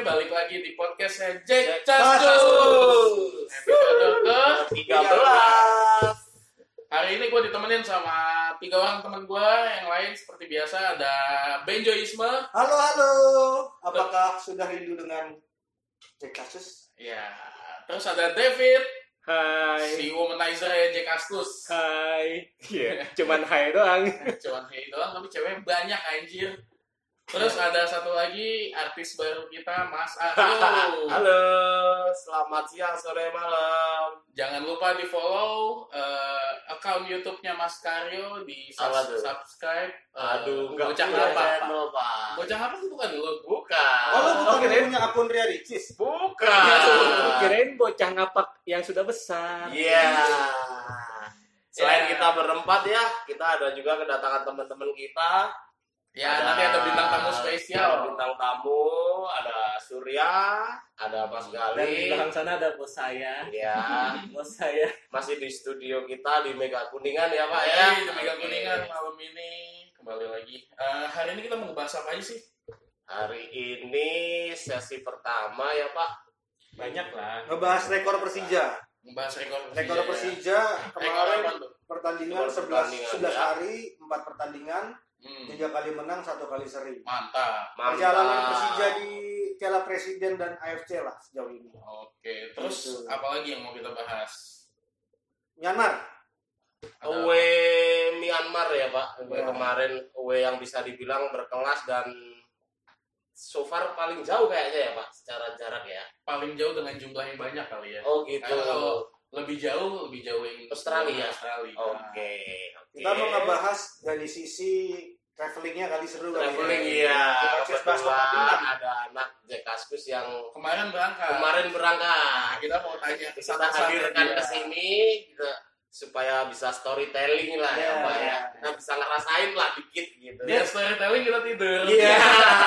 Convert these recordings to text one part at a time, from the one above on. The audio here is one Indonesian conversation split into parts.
balik lagi di podcastnya Jack Castus. Episode ke-13. Hari ini gue ditemenin sama 3 orang teman gue. Yang lain seperti biasa ada Benjoisme. Halo. Apakah sudah rindu dengan Jack Castus? Ya. Terus ada David. Hai. Si womanizer Jack Castus. Hai. Iya, cuman hai doang. Cuman hey doang, tapi cewek banyak anjir. Terus ada satu lagi artis baru kita, Mas Aryo. Halo, selamat siang, sore, malam. Jangan lupa di follow account YouTube-nya Mas Karyo, di subscribe. Aduh, bocah punya apa? channel, Pak. Bocah apa itu bukan lo? Bukan. Oh, lu bukan kirain- punya akun Ria Ricis? Bukan. Kirain bocah ngapak yang sudah besar. Iya. Selain Ya. kita berempat ya, kita ada juga kedatangan teman-teman kita. Ya, nanti ada bintang tamu Ada spesial. bintang tamu, ada Surya, ada Mas Dan di Gali. belakang sana ada bos saya. Ya, Bos saya. masih di studio kita di Mega Kuningan ya, Pak ya. Ya, di Mega Kuningan malam ini kembali lagi. Hari ini kita mau ngebahas apa aja sih? Hari ini sesi pertama ya, Pak. Banyak lah. Ngebahas rekor Persija. Ngebahas rekor Rekor Persija Rekor kemarin apa tuh? pertandingan Rekor 11 pertandingan, ya. hari, 4 pertandingan, 3 kali menang, 1 kali seri. Mantap. Perjalanan Persija di Piala Presiden dan AFC lah sejauh ini. Oke, terus Gitu. apa lagi yang mau kita bahas? Myanmar. Ada Away Myanmar ya Pak. Ya. Kemarin away yang bisa dibilang berkelas dan so far paling jauh kayaknya ya Pak secara jarak ya. paling jauh dengan jumlah yang banyak kali ya. Oh gitu. Karena kalau lebih jauh yang Australia. Australia. Oke. Kita mau ngebahas dari sisi travelingnya kali seru kali Traveling ya. ya. Kita bahas Kebetulan pertandingan. ada anak Jack Castus yang Kemarin berangkat. kemarin berangkat. Nah, kita mau tanya Kita satu-satu hadirkan dia. ke sini kita supaya bisa storytelling lah ya Ya. Pak ya. Kita bisa ngerasain lah dikit gitu. Dia storytelling kita tidur. Iya.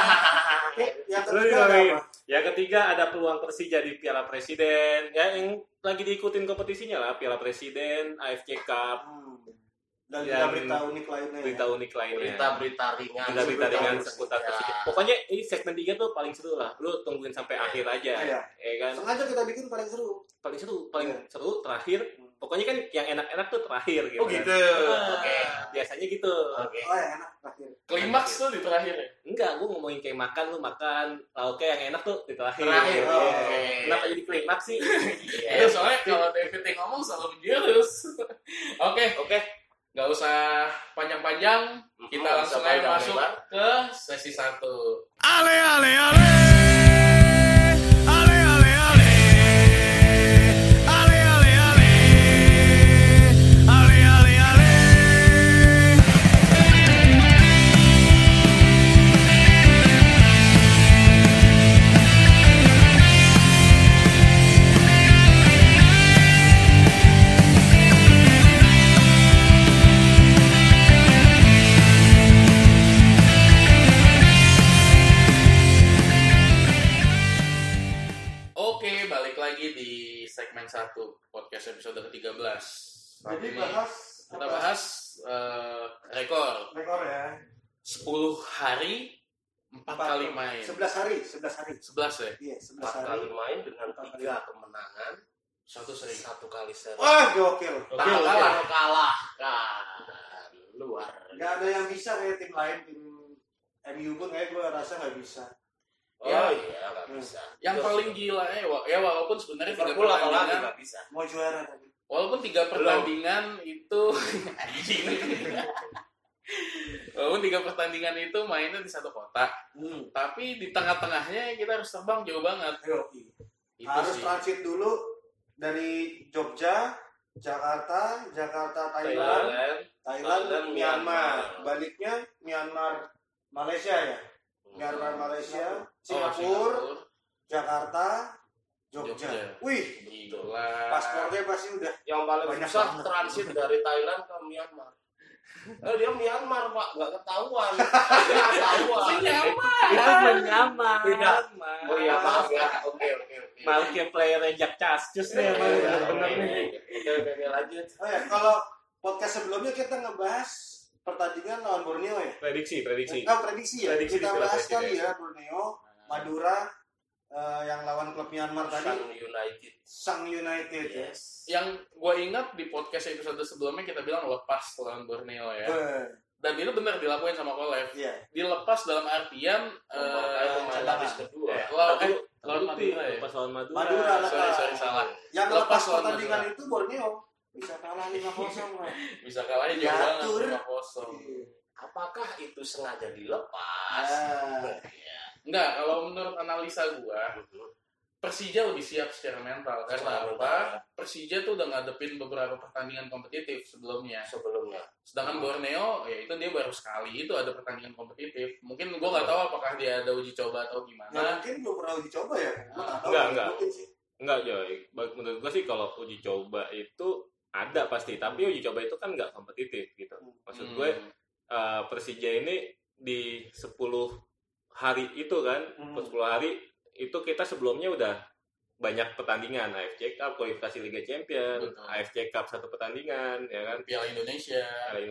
Yang ketiga ada apa? Yang ketiga ada peluang Persija di Piala Presiden. Ya, yang lagi diikutin kompetisinya lah, Piala Presiden, AFC Cup, Dan Yang berita unik lainnya. berita unik lainnya. Berita-berita ringan. Berita ringan Berita seputar Persija. Persija. Pokoknya ini segmen 3 tuh paling seru lah. Lu tungguin sampai akhir aja. Iya. Ya kan? Sengaja kita bikin paling seru. Paling Iya. seru terakhir. Pokoknya kan yang enak-enak tuh terakhir gitu. Oh gitu. Ah, Oke. Biasanya gitu. Oke. Oh yang enak terakhir. Klimaks tuh di terakhir ya. Enggak, gue ngomongin kayak makan, lu makan lauknya yang enak tuh di terakhir. Terakhir, Iya. oke. Kenapa jadi klimaks sih? Iya, soalnya kalau David yang ngomong selalu menjurus. Oke, Oke. nggak usah panjang-panjang. Kita langsung aja panjang masuk lebar. ke sesi 1. Oke, balik lagi di segmen 1 podcast episode ke-13. Saat Jadi ini bahas kita bahas rekor rekor ya. 10 hari 4 kali main. 11 hari. 11 ya? Iya, 11 4 hari. kali main dengan Empat kali. 3 kemenangan, Satu seri. 1 kali seri. Wah, gokil. Tak kalah kan. Luar. Gak ada yang bisa kayak tim lain, tim MU pun kayak gue rasa nggak bisa. Oh Ya. iya, nggak bisa. Yang Terus paling gila ya walaupun sebenarnya 3 Liverpool apalagi pertandingan nggak bisa. Mau juara tadi. walaupun 3 pertandingan itu anjing. Walaupun 3 pertandingan itu mainnya di satu kota, tapi di tengah-tengahnya kita harus terbang jauh banget. Itu Harus sih. transit dulu dari Jogja, Jakarta, Thailand, Thailand, Myanmar. Baliknya Myanmar, Malaysia ya. Myanmar, Malaysia, Singapura, Jakarta, Jogja. Wih, Gila. paspornya pasti udah Yang paling Banyak susah banget. transit dari Thailand ke Myanmar. Dia Myanmar Pak, nggak ketahuan. Dia ketahuan. Itu menyamar. Beda. Oh iya maaf ya. Oke. Malah player Jack Castus nih emang Iya, bener nih. Oke, lanjut. Oh ya, kalau podcast sebelumnya kita ngebahas pertandingan lawan Borneo ya. Prediksi. Prediksi ya. Prediksi Kita di Piala bahas Presiden. kali ya Borneo, Madura, yang lawan klub Myanmar tadi, Sang United. Yes. Yang gue ingat di podcast episode sebelumnya kita bilang lepas lawan Borneo ya. Dan itu benar dilakuin sama Kolev. Iya. Dilepas dalam artian pemain lapis kedua. Lawan Madura ya. Lepas lawan Madura. Madura, Sorry salah. Yang Lepas lepas lawan pertandingan Madura. itu Borneo bisa kalah 5-0 lah. Bisa kalahnya jauh banget Diatur. 5-0. Apakah itu sengaja dilepas? Enggak, kalau menurut analisa gua, Persija lebih siap secara mental. Karena apa? Persija tuh udah ngadepin beberapa pertandingan kompetitif sebelumnya. Sedangkan Borneo, ya itu dia baru sekali itu ada pertandingan kompetitif. Mungkin gua nggak tahu apakah dia ada uji coba atau gimana. Ya mungkin belum pernah uji coba ya. Gua nggak tahu. Enggak. Mungkin sih. Enggak, Joy. Menurut gua sih kalau uji coba itu ada pasti, tapi uji coba itu kan nggak kompetitif gitu. Maksud gue Persija ini di 10 hari itu kan, 10 hari itu kita sebelumnya udah banyak pertandingan, AFC Cup, kualifikasi Liga Champions, Betul. AFC Cup satu pertandingan, ya kan, Piala Indonesia.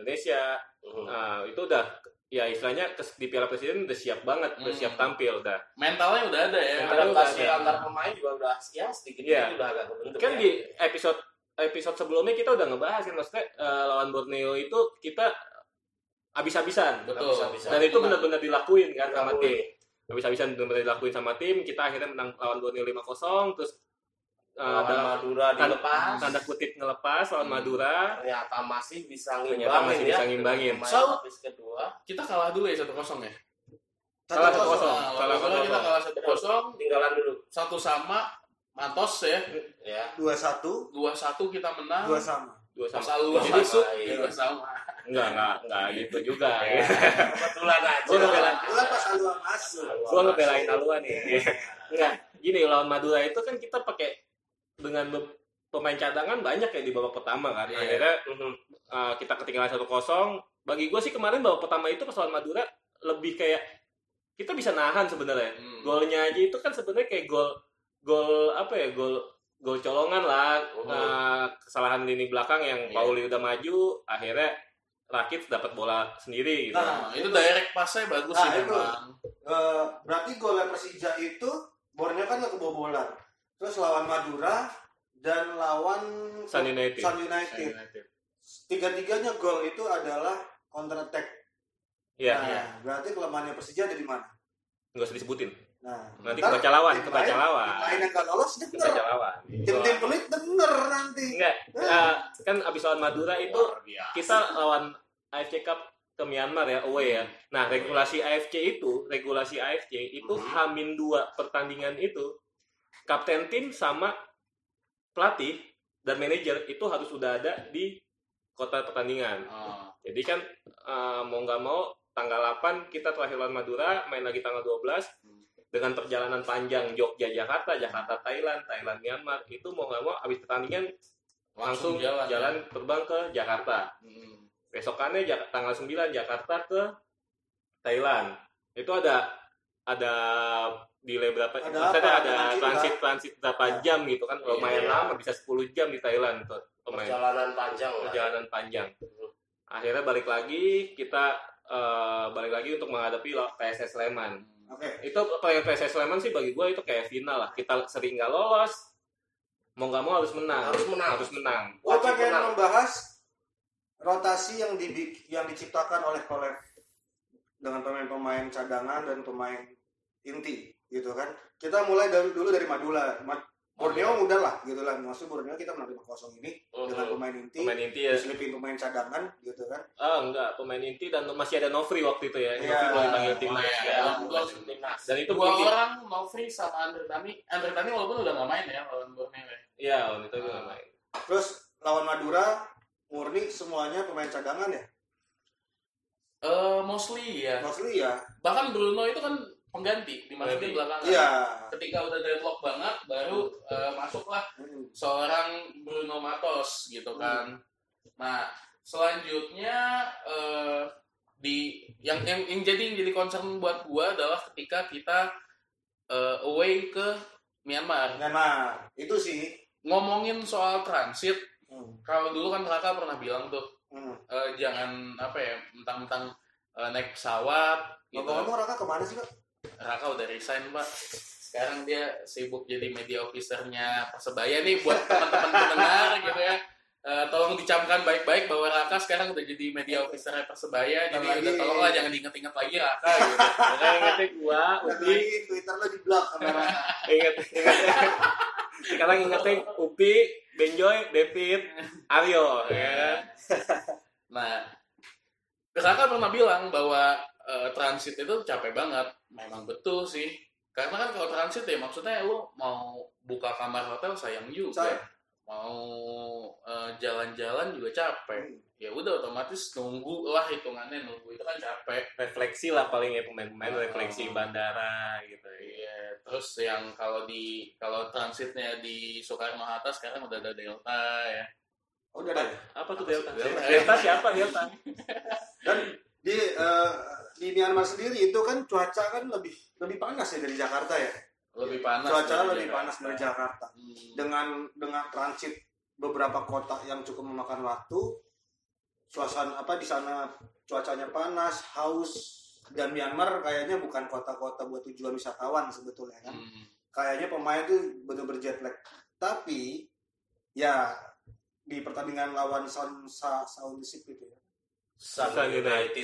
Nah, itu udah ya istilahnya di Piala Presiden udah siap banget, udah siap tampil udah. Mentalnya udah ada ya. Mentalnya udah Adaptasi ada. antar pemain juga udah sedikit Iya. udah agak kebentuk. Kan ya. di episode sebelumnya kita udah ngebahas kan, maksudnya lawan Borneo itu kita habis-habisan. Betul. Dan itu benar-benar dilakuin kan sama Dilakuin. tim. Habis-habisan benar-benar dilakuin sama tim. Kita akhirnya menang lawan Borneo 5-0, terus Lawan Madura dilepas. tanda kutip ngelepas lawan Madura. Ternyata masih bisa Ternyata masih bisa ngimbangin. Pemain So- lapis kedua Kita kalah dulu ya 1-0 ya. Salah 1-0. 1-0. Nah, Salah lawan Madura kita 1-0. kalah 1-0, tinggalan dulu 1 sama Mantos ya. ya. 2-1, 2-1 kita menang. 2 sama. Dua Pas sama. lalu Jadi masuk iya. 2 sama. Enggak gitu juga. Ya. Kebetulan aja. Gua ngebelain. Kebetulan pas Alua masuk. Gua ngebelain Alua nih. Enggak, gini lawan Madura itu kan kita pakai dengan pemain cadangan banyak ya di babak pertama kan. Iya. Akhirnya kita ketinggalan 1-0. Bagi gue sih kemarin babak pertama itu pas lawan Madura lebih kayak kita bisa nahan sebenarnya. Golnya aja itu kan sebenarnya kayak gol apa ya? Gol colongan lah. Kesalahan lini belakang yang Iya. Pauli udah maju, akhirnya Rakitic dapat bola sendiri gitu. Nah, Itu direct pass-nya bagus Nah, sih itu. memang. Berarti golnya Persija itu Borneo kan nggak kebobolan. Terus lawan Madura dan lawan Sun United. Tiga-tiganya gol itu adalah counter attack. Iya, Nah, berarti kelemahannya Persija ada di mana? nggak usah disebutin. Nah, Nanti ntar kebaca lawan, tim kebaca lain- lawan. tim lain yang nggak lolos Kebaca denger. lawan. Tim-tim pelit denger nanti. Enggak, kan abis lawan Madura itu Luar biasa. kita lawan AFC Cup ke Myanmar ya, away ya. Nah, regulasi AFC itu H-2 pertandingan itu kapten tim sama pelatih dan manajer itu harus sudah ada di kota pertandingan. Jadi kan mau nggak mau tanggal 8 kita terakhir lawan Madura, main lagi tanggal 12 dengan perjalanan panjang Jogja Jakarta, Jakarta Thailand, Thailand Myanmar, itu mau nggak mau habis pertandingan langsung jalan terbang ke Jakarta. Besokannya tanggal 9 Jakarta ke Thailand. Itu ada delay berapa? Maksudnya ada transit berapa jam gitu kan? Lumayan lama, bisa 10 jam di Thailand tuh pemain. Perjalanan panjang. Akhirnya balik lagi untuk menghadapi PSS Sleman. Oke. Itu pertandingan PSS Sleman sih bagi gue itu kayak final lah. Kita sering nggak lolos, mau nggak mau harus menang. Harus menang. Gue pengen membahas rotasi yang diciptakan oleh Kolev dengan pemain-pemain cadangan dan pemain inti gitu kan. Kita mulai dulu dari Madura. Borneo udah lah gitu lah. Maksud Borneo kita menang 5-0 ini dengan pemain inti. Pemain inti ya. Diselipin pemain cadangan gitu kan. Enggak, pemain inti dan masih ada Novri waktu itu ya. Iya. Novri belum dipanggil timnas. Dan itu Dua bukti. orang, Novri sama Andre Tani walaupun udah nggak main ya lawan Borneo ya. Iya, waktu itu juga main. Terus lawan Madura murni semuanya pemain cadangan ya. Mostly ya. Mostly ya. Bahkan Bruno itu kan pengganti dimasukin belakangan. Iya. Ketika udah deadlock banget baru masuklah seorang Bruno Matos gitu kan. Nah, selanjutnya yang jadi concern buat gua adalah ketika kita away ke Myanmar. Myanmar. Itu sih. Ngomongin soal transit, kalau dulu kan Raka pernah bilang tuh jangan mentang-mentang naik pesawat gitu. Ngomong-ngomong Raka kemana sih Kak? Raka udah resign Pak. Sekarang dia sibuk jadi media officer-nya Persebaya nih buat teman-teman pendengar gitu ya. Tolong dicamkan baik-baik bahwa Raka sekarang udah jadi media officer Persebaya, jadi udah tolonglah jangan diinget-inget lagi Raka gitu. Ingetnya gua, Upi, Twitter lo di blok sama Raka. inget. Sekarang ingetnya Upi, Benjoy, David, Aryo, ya. Nah, Raka pernah bilang bahwa transit itu capek banget. Memang betul sih. Karena kan kalau transit ya maksudnya lu mau buka kamar hotel sayang juga. Mau jalan-jalan juga capek. Ya udah otomatis nunggu lah, hitungannya nunggu itu kan capek. Refleksi lah paling ya pemain-pemain refleksi bandara gitu. Iya, terus yang kalau transitnya di Soekarno Hatta sekarang udah ada Delta ya. Oh, udah ada. Apa tuh Delta? Delta Siapa Delta? Dan di Myanmar sendiri itu kan cuaca kan lebih panas ya dari Jakarta ya. Lebih panas. Cuaca lebih panas dari Jakarta. Dengan transit beberapa kota yang cukup memakan waktu, suasana di sana cuacanya panas, haus, dan Myanmar kayaknya bukan kota-kota buat tujuan wisatawan sebetulnya kan. Kayaknya pemain tuh benar-benar jet lag. Tapi ya di pertandingan lawan Saoundsip itu ya. Sun United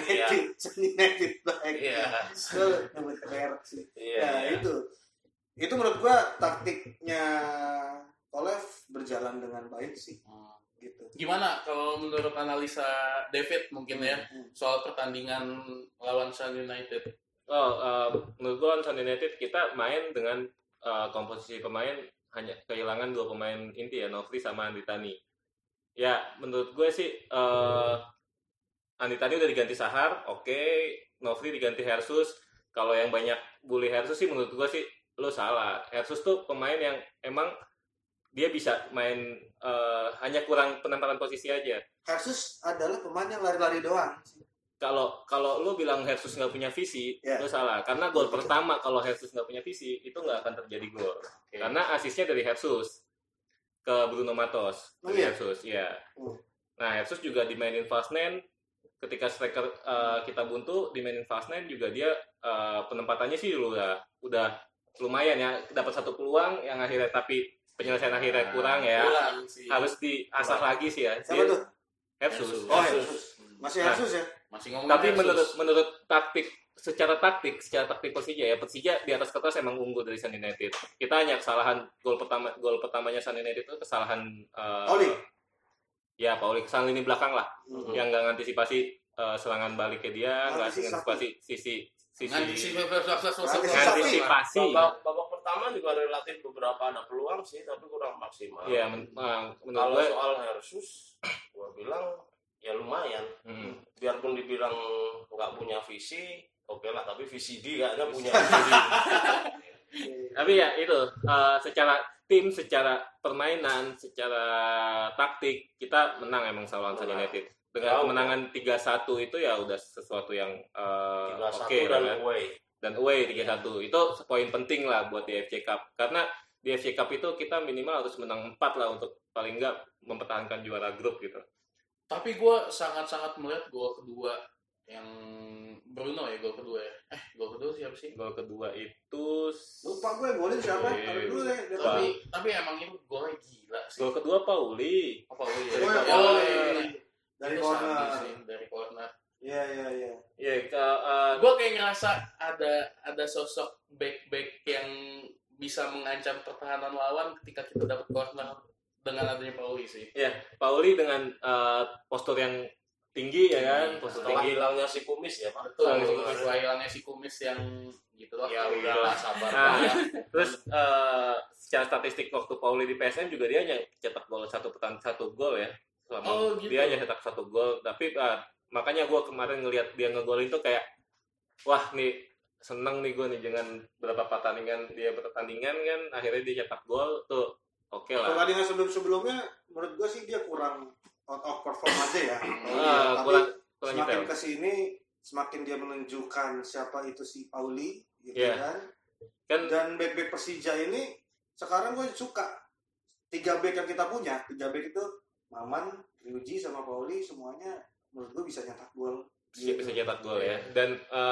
baik. Iya. Merek sih. Iya. Nah, itu menurut gua taktiknya Kolev berjalan dengan baik sih. Gitu. Gimana kalau menurut analisa David mungkin ya soal pertandingan lawan Sun United? Menurut gue lawan Sun United kita main dengan komposisi pemain hanya kehilangan 2 pemain inti ya, Nofri sama Andi Tani. Ya menurut gue sih Andi Tani udah diganti Sahar, oke. Nofri diganti Hersus. Kalau yang banyak bully Hersus sih menurut gue sih lo salah. Hersus tuh pemain yang emang dia bisa main hanya kurang penempatan posisi aja. Hersus adalah pemain yang lari-lari doang. Kalau lu bilang Hersus nggak punya visi, lu salah. Karena gol pertama kalau Hersus nggak punya visi itu nggak akan terjadi gol. Karena asisnya dari Hersus ke Bruno Matos. Hersus, ya. Nah Hersus juga dimainin Fastnen. Ketika striker kita buntu dimainin Fastnen juga dia penempatannya sih udah lumayan ya. Dapat 1 peluang yang akhirnya tapi penyelesaian akhirnya kurang ya. Harus diasah lagi sih ya. Siapa tuh? Hersus. Oh, Hersus. Masih Hersus ya? Masih ngomong. Tapi menurut secara taktik Persija di atas kertas emang unggul dari Sun United. Kita hanya kesalahan gol pertamanya Sun United itu kesalahan Pauli. Ya, Pauli kesalahan lini belakang lah. Yang enggak ngantisipasi serangan baliknya dia, enggak ngantisipasi sisi antisipasi. Babak pertama juga relatif beberapa ada peluang sih, tapi kurang maksimal. Iya, kalau soal Hersus, gua bilang ya lumayan. Biarpun dibilang nggak punya visi, oke lah, tapi visi dia kayaknya punya. Tapi ya itu secara tim, secara permainan, secara taktik kita menang emang lawan Sun United. Dengan kemenangan 3-1 itu ya udah sesuatu yang oke dan kan? away. Dan away 3-1 itu poin penting lah buat di FC Cup. Karena di FC Cup itu kita minimal harus menang 4 lah untuk paling enggak mempertahankan juara grup gitu. Tapi gue sangat-sangat melihat gol kedua yang Bruno ya, gol kedua ya. Gol kedua siapa sih? Gol kedua itu lupa gue golin siapa? Taruh dulu deh. Tapi emang itu golnya gila sih. Gol kedua Pauli. Pauli. Dari corner. Iya. Iya, gue kayak ngerasa ada sosok back yang bisa mengancam pertahanan lawan ketika kita dapat corner dengan adanya Pauli sih. Iya, Pauli dengan postur yang tinggi ya kan, postur tinggi. Hilangnya si Kumis ya, Pak. Betul. Hilangnya si Kumis yang gitu loh. Ya udahlah, sabar. Terus secara statistik waktu Pauli di PSM juga dia hanya cetak gol satu gol ya. Gitu. Dia hanya cetak 1 gol, tapi makanya gue kemarin ngelihat dia ngegolin tuh kayak wah nih seneng nih gue nih dengan berapa pertandingan dia bertandingan kan akhirnya dia cetak gol tuh oke lah. Pertandingan sebelumnya menurut gue sih dia kurang out of perform aja ya. Kurang semakin kesini semakin dia menunjukkan siapa itu si Pauli gitu kan. Dan back Persija ini sekarang gue suka 3 back yang kita punya, 3 back itu Maman, Ryuji sama Pauli semuanya menurut gue bisa nyetak gol. Bisa cetak gol ya. Dan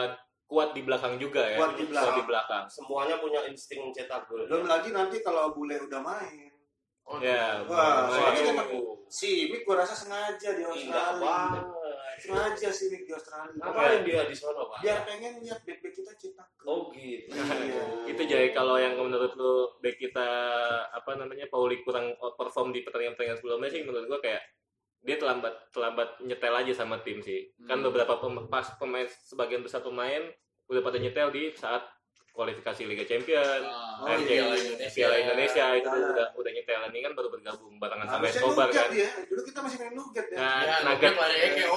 kuat di belakang juga ya. Kuat di belakang. Semuanya punya insting cetak gol. Belum lagi nanti kalau bule udah main. Ya, Wah, soalnya main. si Mik gua rasa sengaja di Indah Australia. banget. Sengaja si Mik di Australia. Ngapain dia di sana, Pak? Biar pengen lihat back kita cetak. Oh gitu. Iya. Itu jadi kalau yang menurut lu back kita Pauli kurang perform di pertandingan sebelumnya sih, menurut gua kayak dia terlambat nyetel aja sama tim sih. Kan beberapa pemain, sebagian besar pemain udah pada nyetel di saat kualifikasi Liga Champions, Piala Indonesia itu udah nyetel. Ini kan baru bergabung barengan sama Escobar kan. Ya. Dulu kita masih main Nugget ya. Ya, Nugget larinya kayak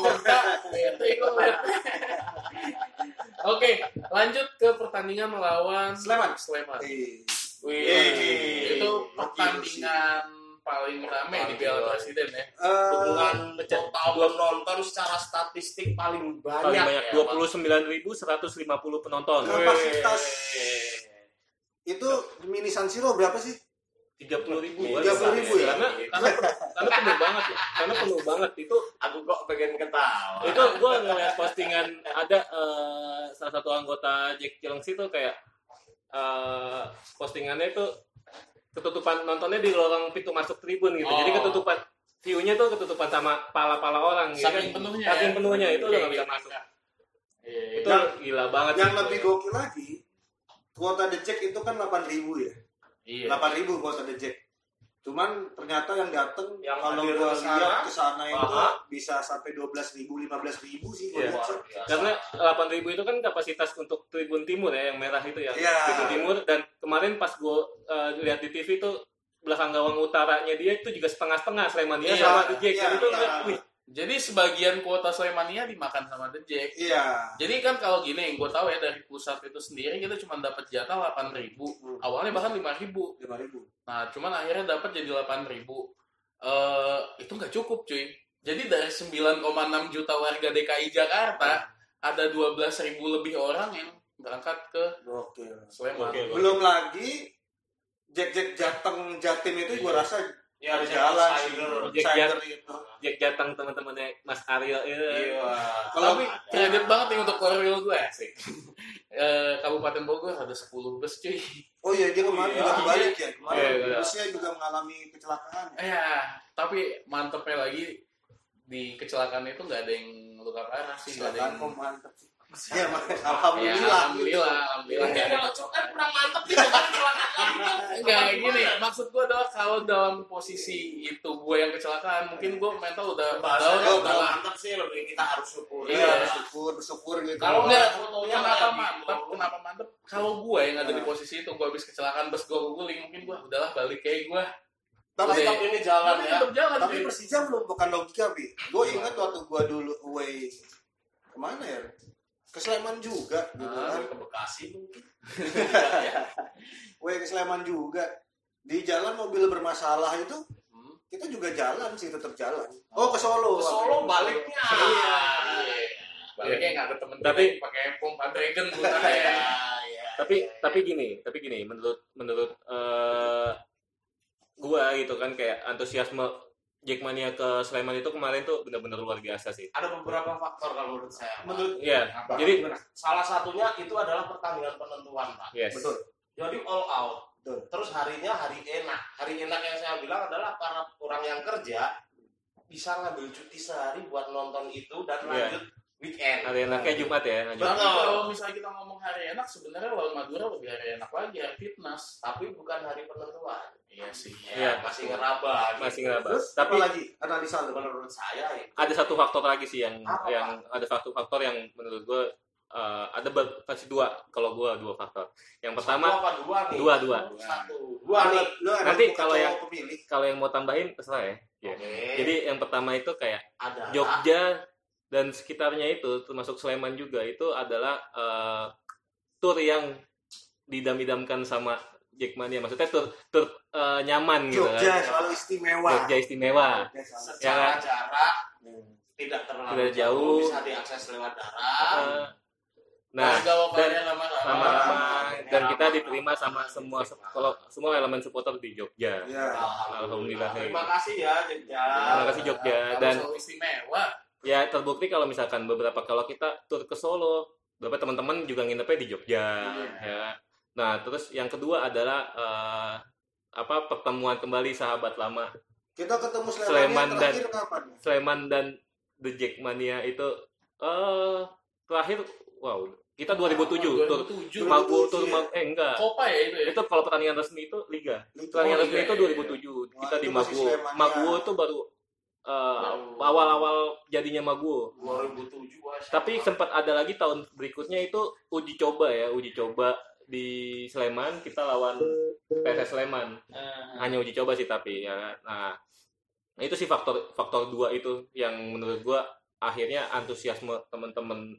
Oke, lanjut ke pertandingan melawan Sleman. Wih, itu pertandingan paling ramai di Piala Presiden ya. Dengan total penonton secara statistik paling banyak ya, 29.150 penonton. Kapasitas itu mini San Siro berapa sih? 30.000 ya. Karena penuh banget ya. Karena penuh banget itu. Aku kok pengen ketawa. Itu gue ngeliat postingan ada salah satu anggota Jack Cilengsi tuh kayak postingannya itu ketutupan nontonnya di lorong pintu masuk tribun gitu. Jadi ketutupan view-nya tuh ketutupan sama pala-pala orang gitu. Saking penuhnya itu udah nggak bisa masuk. Itu gila banget. Yang lebih gokil lagi, kuota The Jack itu kan 8.000 ya. Iya. 8.000 kuota The Jack. Cuman ternyata yang datang Yang kalau hadir gua kesana, lihat kesana itu bisa sampai 12.000, 15.000 sih gua Iya. baca. Karena 8.000 itu kan kapasitas untuk tribun timur ya, yang merah itu ya. Tribun timur, dan kemarin pas gue lihat di TV tuh belakang gawang utaranya dia itu juga setengah-setengah Slemania sama The Jack. Itu wih. Jadi sebagian kuota Slemania dimakan sama The Jack. Iya. Jadi kan kalau gini, yang gue tahu ya dari pusat itu sendiri kita cuma dapat jatah 8.000. Awalnya bahkan 5.000. 5.000. Nah, cuman akhirnya dapat jadi 8.000. Itu nggak cukup, cuy. Jadi dari 9,6 juta warga DKI Jakarta, ada 12.000 lebih orang yang berangkat ke Sleman. Belum lagi Jack Jateng Jatim itu gua rasa Ya, berjalan sih. Jack itu. Jack Jateng teman-temannya Mas Aryo itu. Iya. Tapi kredit banget nih untuk korwil gue sih. Kabupaten Bogor ada 10 bus, cuy. Oh iya, dia kemarin juga kebalik ya. Kemarin Iya. busnya juga mengalami kecelakaan. Iya, tapi mantepnya lagi di kecelakaan itu nggak ada yang luka parah sih, nggak ada yang. Kecelakaan kok mantep sih. Ya, alhamdulillah. Kurang mantep nih Enggak gini, maksud gue adalah kalau dalam posisi itu gue yang kecelakaan, mungkin gue mental udah Bahasanya udah mantep sih, lebih kita harus syukur. Iya, bersyukur gitu. kalau enggak, kenapa mantep? Kalau gue yang ada di posisi itu, gue habis kecelakaan, bus gue guling, mungkin gue udahlah balik kayak gue. Tapi ini jalan ya. Tapi Persija belum bukan logika, Bi. Gue ingat waktu gue dulu away kemana ya? Ke Sleman juga gitu kan. Ke Bekasi mungkin. Ke Sleman juga. Di jalan mobil bermasalah itu kita juga jalan sih, tetap jalan. Oh, ke Solo. Ke Solo baliknya. Iya. Baliknya nggak ke temen Tapi pakai pompa Dragon ya. Tapi gini, menurut gua gitu kan, kayak antusiasme Jackmania ke Sleman itu kemarin tuh benar-benar luar biasa sih. Ada beberapa faktor kalau menurut saya. Jadi salah satunya itu adalah pertandingan penentuan, Pak. Yes. Betul. Jadi all out. Betul. Terus harinya hari enak. Hari enak yang saya bilang adalah para orang yang kerja bisa ngambil cuti sehari buat nonton itu dan lanjut weekend. Hari enaknya Jumat ya. Tapi kalau misalnya kita ngomong hari enak, sebenarnya lawan Madura lebih hari enak lagi, hari fitness. Tapi bukan hari penentuan. Iya sih. Iya. Masih ngeraba. Terus Tapi lagi analisa lu? Menurut saya itu. ada satu faktor lagi sih yang Apa? ada satu faktor yang menurut gue ada kasih dua faktor. Yang pertama Satu apa dua nih? Dua. Dua nih. Nanti kalau yang mau tambahin terserah ya. Oke. Jadi yang pertama itu kayak Ada Jogja dan sekitarnya itu termasuk Sleman juga itu adalah tour yang didam-idamkan sama Jackmania, maksudnya tur nyaman gitu kan. Jogja selalu istimewa. Jogja istimewa. secara jarak tidak terlalu Tidak jauh. bisa diakses lewat darat. Nah, lokalnya lama-lama. dan kita diterima sama semua elemen supporter di Jogja. Ya. Alhamdulillah. Terima kasih ya Jogja. Terima kasih Jogja. Dan istimewa. ya terbukti kalau misalkan kalau kita tur ke Solo beberapa teman-teman juga nginepnya di Jogja ya. Nah, terus yang kedua adalah pertemuan kembali sahabat lama. Kita ketemu Sleman terakhir kapan? Sleman dan The Jackmania itu terakhir kita 2007 tur enggak. Copa ya itu ya. Itu kalau pertandingan resmi itu liga. Pertandingan resmi itu 2007. Kita di Maguwo. Maguwo itu baru awal-awal jadinya Maguwo. 2007. Tapi sempat ada lagi tahun berikutnya itu uji coba di Sleman, kita lawan PSS Sleman. Hanya uji coba sih tapi ya. Nah, itu sih faktor 2 itu yang menurut gua akhirnya antusiasme teman-teman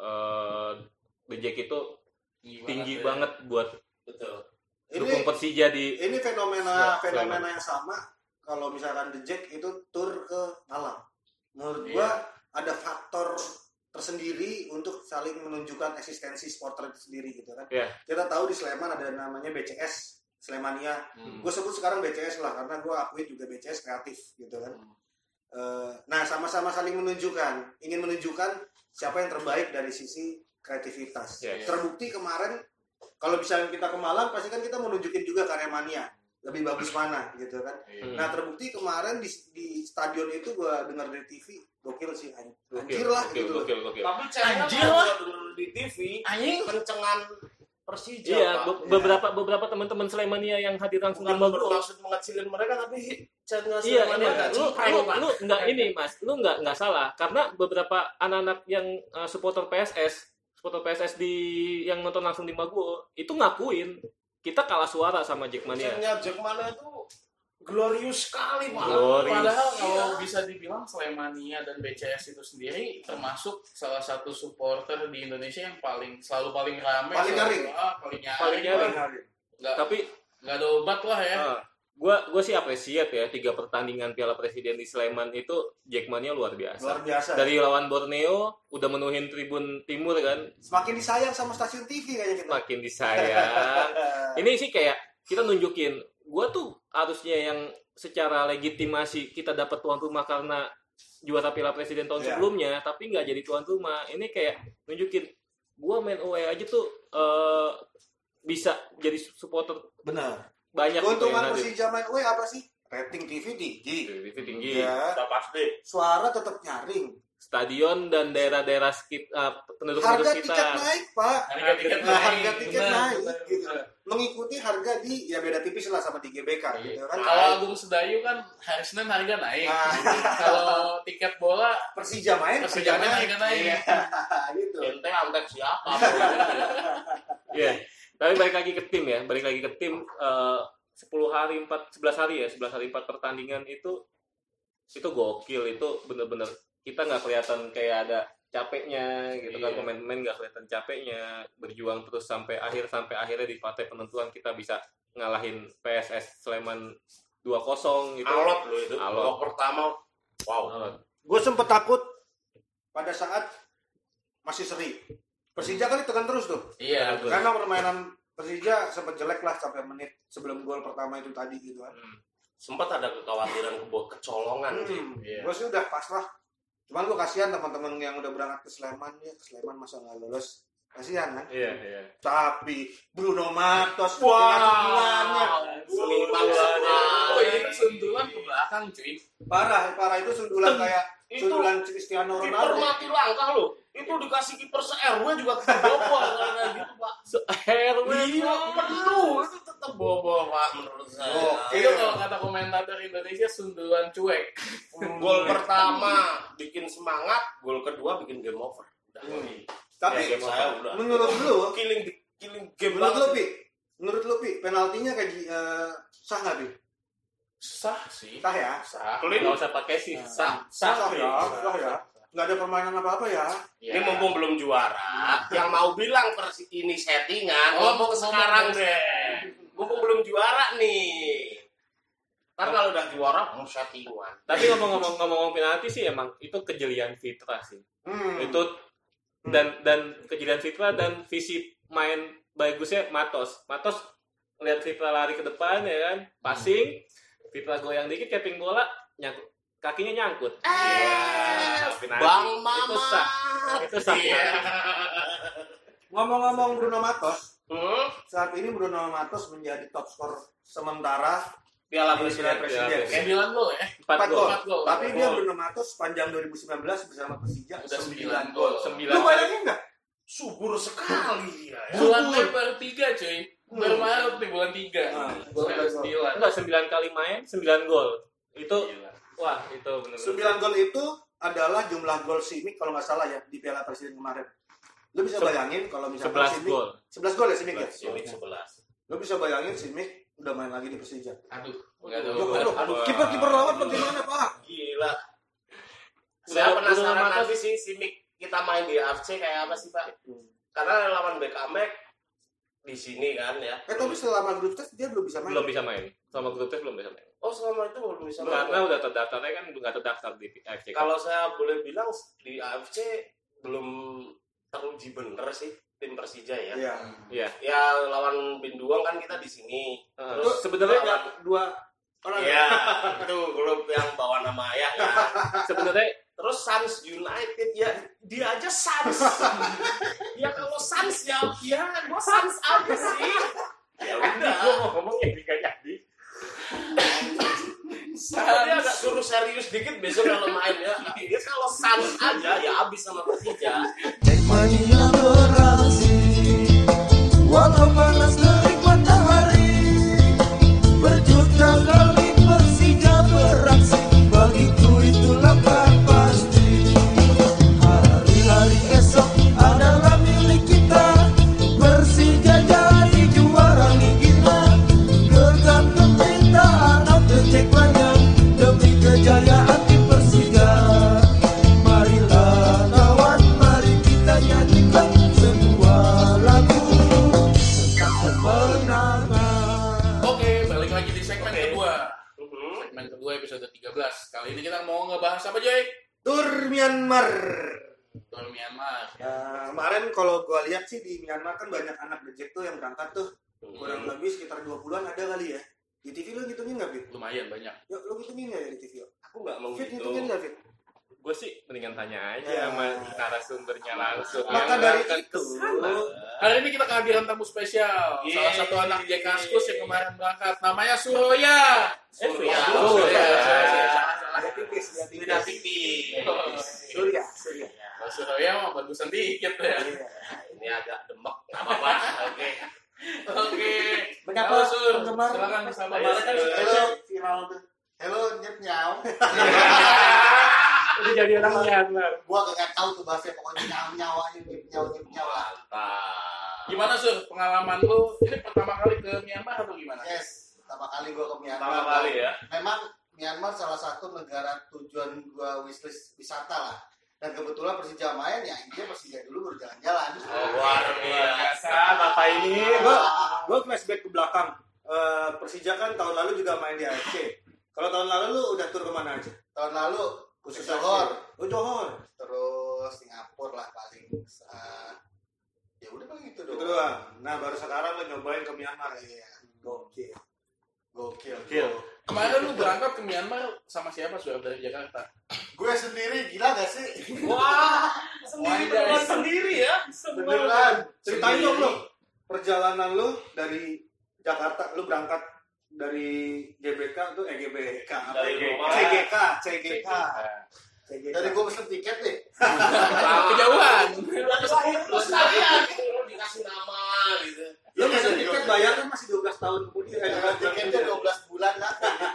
The Jack itu tinggi banget buat dukung Persija di ini fenomena yang sama. Kalau misalkan The Jack itu tur ke Malang, menurut gua ada faktor tersendiri untuk saling menunjukkan eksistensi supporter itu sendiri gitu kan. Kita tahu di Sleman ada namanya BCS Slemania. Gue sebut sekarang BCS lah karena gue akui juga BCS kreatif gitu kan. Nah, sama-sama saling ingin menunjukkan siapa yang terbaik dari sisi kreativitas. Terbukti kemarin kalau misalnya kita ke Malang pasti kan kita mau nunjukin juga karya Mania lebih bagus mana gitu kan. Nah, terbukti kemarin di stadion itu gue dengar dari TV gokil sih, anjir lah gitu. Tapi anjir lah di TV kencengan Persija. Iya, beberapa teman-teman Slemania yang hadir langsung di Maguwo. Maksud mengecilin mereka tapi channel Slemania lu enggak ini Mas, lu enggak salah karena beberapa anak-anak yang supporter PSS yang nonton langsung di Maguwo itu ngakuin kita kalah suara sama Jackmania. Jackmania itu glorious sekali Pak. Padahal kalau bisa dibilang Slemania dan BCS itu sendiri termasuk salah satu supporter di Indonesia yang selalu paling ramai, paling nyaring. Tapi nggak ada obat lah ya. Gue sih apresiat ya 3 pertandingan Piala Presiden di Sleman itu Jackmania luar biasa. Dari lawan Borneo udah menuhin tribun timur kan. Semakin disayang sama stasiun TV kayaknya kita. Semakin disayang. Ini sih kayak kita nunjukin gue tuh harusnya yang secara legitimasi kita dapat tuan rumah karena juara Piala Presiden tahun sebelumnya, tapi nggak jadi tuan rumah. Ini kayak nunjukin gue main away aja tuh bisa jadi supporter. Benar. Banyak. Keuntungan Persija main away apa sih? Rating TV tinggi. Ya. Sudah pasti. Suara tetap nyaring. Stadion dan daerah-daerah penduduk harga kita. Tiket naik Pak. Harga tiket naik gitu. Mengikuti harga ya beda tipis lah sama di GBK gitu kan. Kalau Agung Sedayu kan hari Senin harga naik. Kalau tiket bola Persija main harga naik. Gitu. Ente antek siapa? Iya. Tapi balik lagi ke tim 11 hari 4 pertandingan itu gokil, itu bener-bener kita nggak kelihatan kayak ada capeknya gitu kan, pemain-pemain nggak kelihatan capeknya, berjuang terus sampai akhirnya di partai penentuan kita bisa ngalahin PSS Sleman 2-0 gitu. Alot loh itu. Babak pertama. Wow. Gue sempet takut pada saat masih seri. Persija kan ditekan terus tuh. Iya. Karena permainan Persija sempat jelek lah sampai menit sebelum gol pertama itu tadi gitu kan. Sempat ada kekhawatiran kecolongan sih. Gue sih udah pasrah. Cuman gue kasihan teman-teman yang udah berangkat ke Sleman masa nggak lolos, kasihan kan. Iya. Tapi Bruno Matos sundulannya, itu sundulan ke belakang cuy. parah itu sundulan kayak sundulan Cristiano Ronaldo. Kiper mati langkah loh. Itu dikasih kiper se-RW juga kebobol kayak gitu Pak. Se-RW penuh itu tetap bobol Pak menurut saya. Itu kalau kata komentator Indonesia sundulan cuek. Gol pertama bikin semangat, gol kedua bikin game over. Tapi saya udah. Menurut lu killing game. Menurut lu Pi, penaltinya kayak sah nggak Pi? Sah sih. Sah ya? Sah. Kalau nggak usah pakai sih. Sah ya. Nggak ada permainan apa-apa ya. Ini mumpung belum juara, yang mau bilang ini settingan, ngomong sekarang deh. Mumpung belum juara nih. Ntar kalau udah juara, mau settingan. Tapi ngomong penalti sih emang itu kejelian fitrah sih. Itu dan kejelian fitrah dan visi main bagusnya Matos lihat Fitrah lari ke depan ya kan, passing, Fitrah goyang dikit keping bola nyangkut, kakinya nyangkut. Bang Mama. Itu sah. Iya. Ngomong-ngomong Bruno Matos, saat ini Bruno Matos menjadi top skor sementara Piala di Presiden. Presiden. 9 gol ya. 4 gol. 4 gol. Tapi dia Bruno Matos sepanjang 2019 bersama Persija Udah 9 gol. 9 Lu bayangin enggak? Subur sekali ya. Bulan Mei baru 3 cuy. Baru Maret nih bulan 3. Golnya 9. Enggak, 9 kali main 9 gol. Itu wah, itu benar-benar. 9 gol itu adalah jumlah gol Simic kalau nggak salah ya di Piala Presiden kemarin. Lu bisa bayangin kalau misalnya 11 gol. 11 gol ya Simic ya? Simic 11. Lu bisa bayangin Simic udah main lagi di Persija. Aduh, enggak tahu. Aduh, kiper lawan bagaimana, Pak? Gila. Saya penasaran nanti sih Simic kita main di AFC kayak apa sih, Pak? Karena lawan Bekamek di sini kan ya. Tapi selama grup stage dia belum bisa main. Belum bisa main. Sama grup test belum bisa main. Oh, selama itu belum bisa main. Karena udah terdaftarnya kan nggak terdaftar di AFC. Kalau saya boleh bilang di AFC belum teruji bener sih tim Persija ya. Iya. Iya. Ya lawan Binduang kan kita di sini. Terus sebenarnya Ada 2 orang. Iya, itu grup yang bawa nama ayah ya. sebenarnya Terus Suns United ya dia aja Suns. Ya kalau Suns ya gua Suns aja sih. Ya udah. gua mau ngomong yang nggak jadi. Dia agak suruh serius dikit besok kalau main ya. Dia kalau Suns aja ya abis sama Persija. Mania beraksi, walau panas terik matahari, berjuta kali Persija beraksi, bagiku itulah kan pasti. Hari-hari esok adalah milik kita, Persija jadi juara Ligina, genggam gempita anak kecek banyak demi kejayaan tim Persija. Marilah kawan, mari kita nyanyikan sebuah lagu tentang kemenangan. Oke, balik lagi di segmen kedua. Segmen kedua episode 13. Kali ini kita mau ngebahas apa, Joy? Tur Myanmar. Tur Myanmar. Kemarin kalau gua lihat sih di Myanmar kan banyak anak reject tuh yang berangkat tuh. Kurang lebih sekitar 20-an ada kali ya. Di TV lu ngitungin nggak, Fit? Lumayan banyak. Ya, lu ngitungin nggak ya di TV? Aku nggak mau Fit gitu. ngitungin nggak, Fit? gue sih mendingan tanya aja Ya. sama narasumbernya langsung. Maka Yang dari berangkat itu, ke sana. Hari ini kita kehadiran tamu spesial. Yeay. Salah satu anak Jack Kaskus yang kemarin berangkat. Namanya Surya. Surya. Salah. Tidak tipis. Surya. Kalau Surya mah bagusan dikit ya. Ini agak demek, nggak apa-apa. Oke. Oke. Mengapa Halo, Sur. penggemar Silakan disapa. Kemarin kan Hello, viral tuh. Hello, nyet nyau. Udah jadi orang Myanmar. Gua kagak tahu tuh bahasa pokoknya nyau aja nyet nyau. Mantap. Gimana, Sur? Pengalaman lu ini pertama kali ke Myanmar atau gimana? Yes, pertama kali gua ke Myanmar. Pertama kali ya. Memang Myanmar salah satu negara tujuan gua wishlist wisata lah. Dan kebetulan Persija main ya, dia Persija dulu berjalan-jalan. Luar biasa. Bapak ini. Gua flashback ke belakang. Persija kan tahun lalu juga main di AFC. Kalau tahun lalu lu udah tur kemana aja? Tahun lalu khusus Johor. Oh, Johor. Terus Singapura lah paling. Ya udah paling itu doang. Itu doang. Nah, baru sekarang lu nyobain ke Myanmar. Iya. Gokil. Kemarin lu berangkat ke Myanmar sama siapa, Sur, dari Jakarta? Gue sendiri, gila gak sih? Wah, sendiri ya. Beneran. Ceritain dong lu. Perjalanan lu dari Jakarta, lu berangkat dari GBK tuh GBK apa? Dari rumah. CGK. Dari gue pesen tiket nih. Kejauhan. Terus kalian dikasih nama gitu. Lu pesen tiket bayar kan masih 12 tahun kemudian. Tiketnya 12 bulan lah.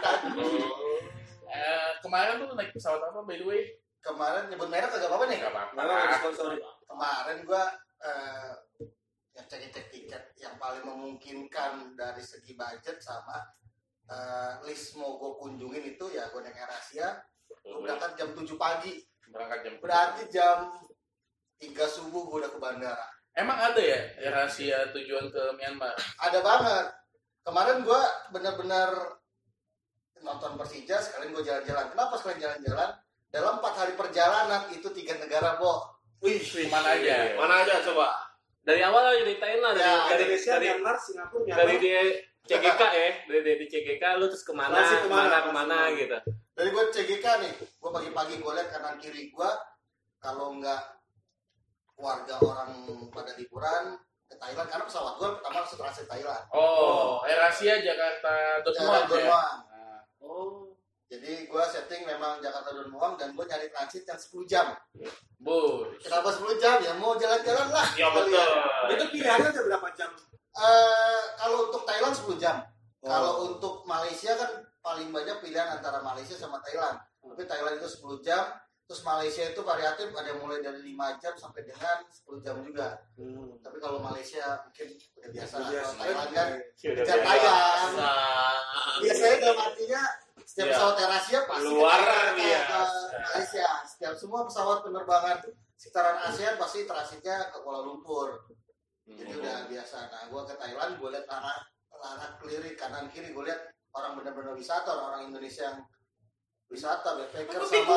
Kemarin tuh naik pesawat apa, by the way? Kemarin nyebut merek kagak apa-apa nih. Gak apa-apa. Nah, sponsor. Kemarin gua yang cek tiket yang paling memungkinkan dari segi budget sama list mau gue kunjungin itu ya gue naik AirAsia. Gue berangkat jam 7 pagi. Berangkat jam. Berarti jam 3 subuh gue udah ke bandara. Emang ada ya rahasia tujuan ke Myanmar? Ada banget. Kemarin gue benar-benar nonton Persija, sekalian gue jalan-jalan. Kenapa sekalian jalan-jalan? Dalam 4 hari perjalanan itu 3 negara, Bo. Wih, mana aja? Mana aja coba? Dari awal aja ceritain lah Ya, dari Indonesia, dari Myanmar, Singapura, dari Myanmar. dia CGK ya, dari CGK lu terus kemana Masih kemana? gitu. Dari gue CGK nih, gue pagi-pagi gue lihat kanan kiri gue, kalau nggak keluarga orang pada liburan ke Thailand karena pesawat gue pertama langsung transit Thailand. AirAsia Jakarta Don Muang ya. Oh. Jadi gue setting memang Jakarta Don Muang dan gue nyari transit yang 10 jam. Kenapa 10 jam? Ya mau jalan-jalan lah. Ya betul. Itu pilihannya ada berapa jam? Kalau untuk Thailand 10 jam. Kalau untuk Malaysia kan paling banyak pilihan antara Malaysia sama Thailand. Tapi Thailand itu 10 jam. Terus Malaysia itu variatif, ada mulai dari 5 jam sampai dengan 10 jam juga. Tapi kalau Malaysia mungkin udah biasa. Kalau Thailand kan kejar tayang. Biasanya dalam artinya setiap pesawat AirAsia pasti luar ke Malaysia. Setiap semua pesawat penerbangan sekitaran ASEAN pasti transitnya ke Kuala Lumpur. Jadi udah biasa. Nah, gue ke Thailand, gue lihat tanah keliling kanan kiri, gue lihat orang benar-benar wisata, orang Indonesia yang wisata, backpacker sama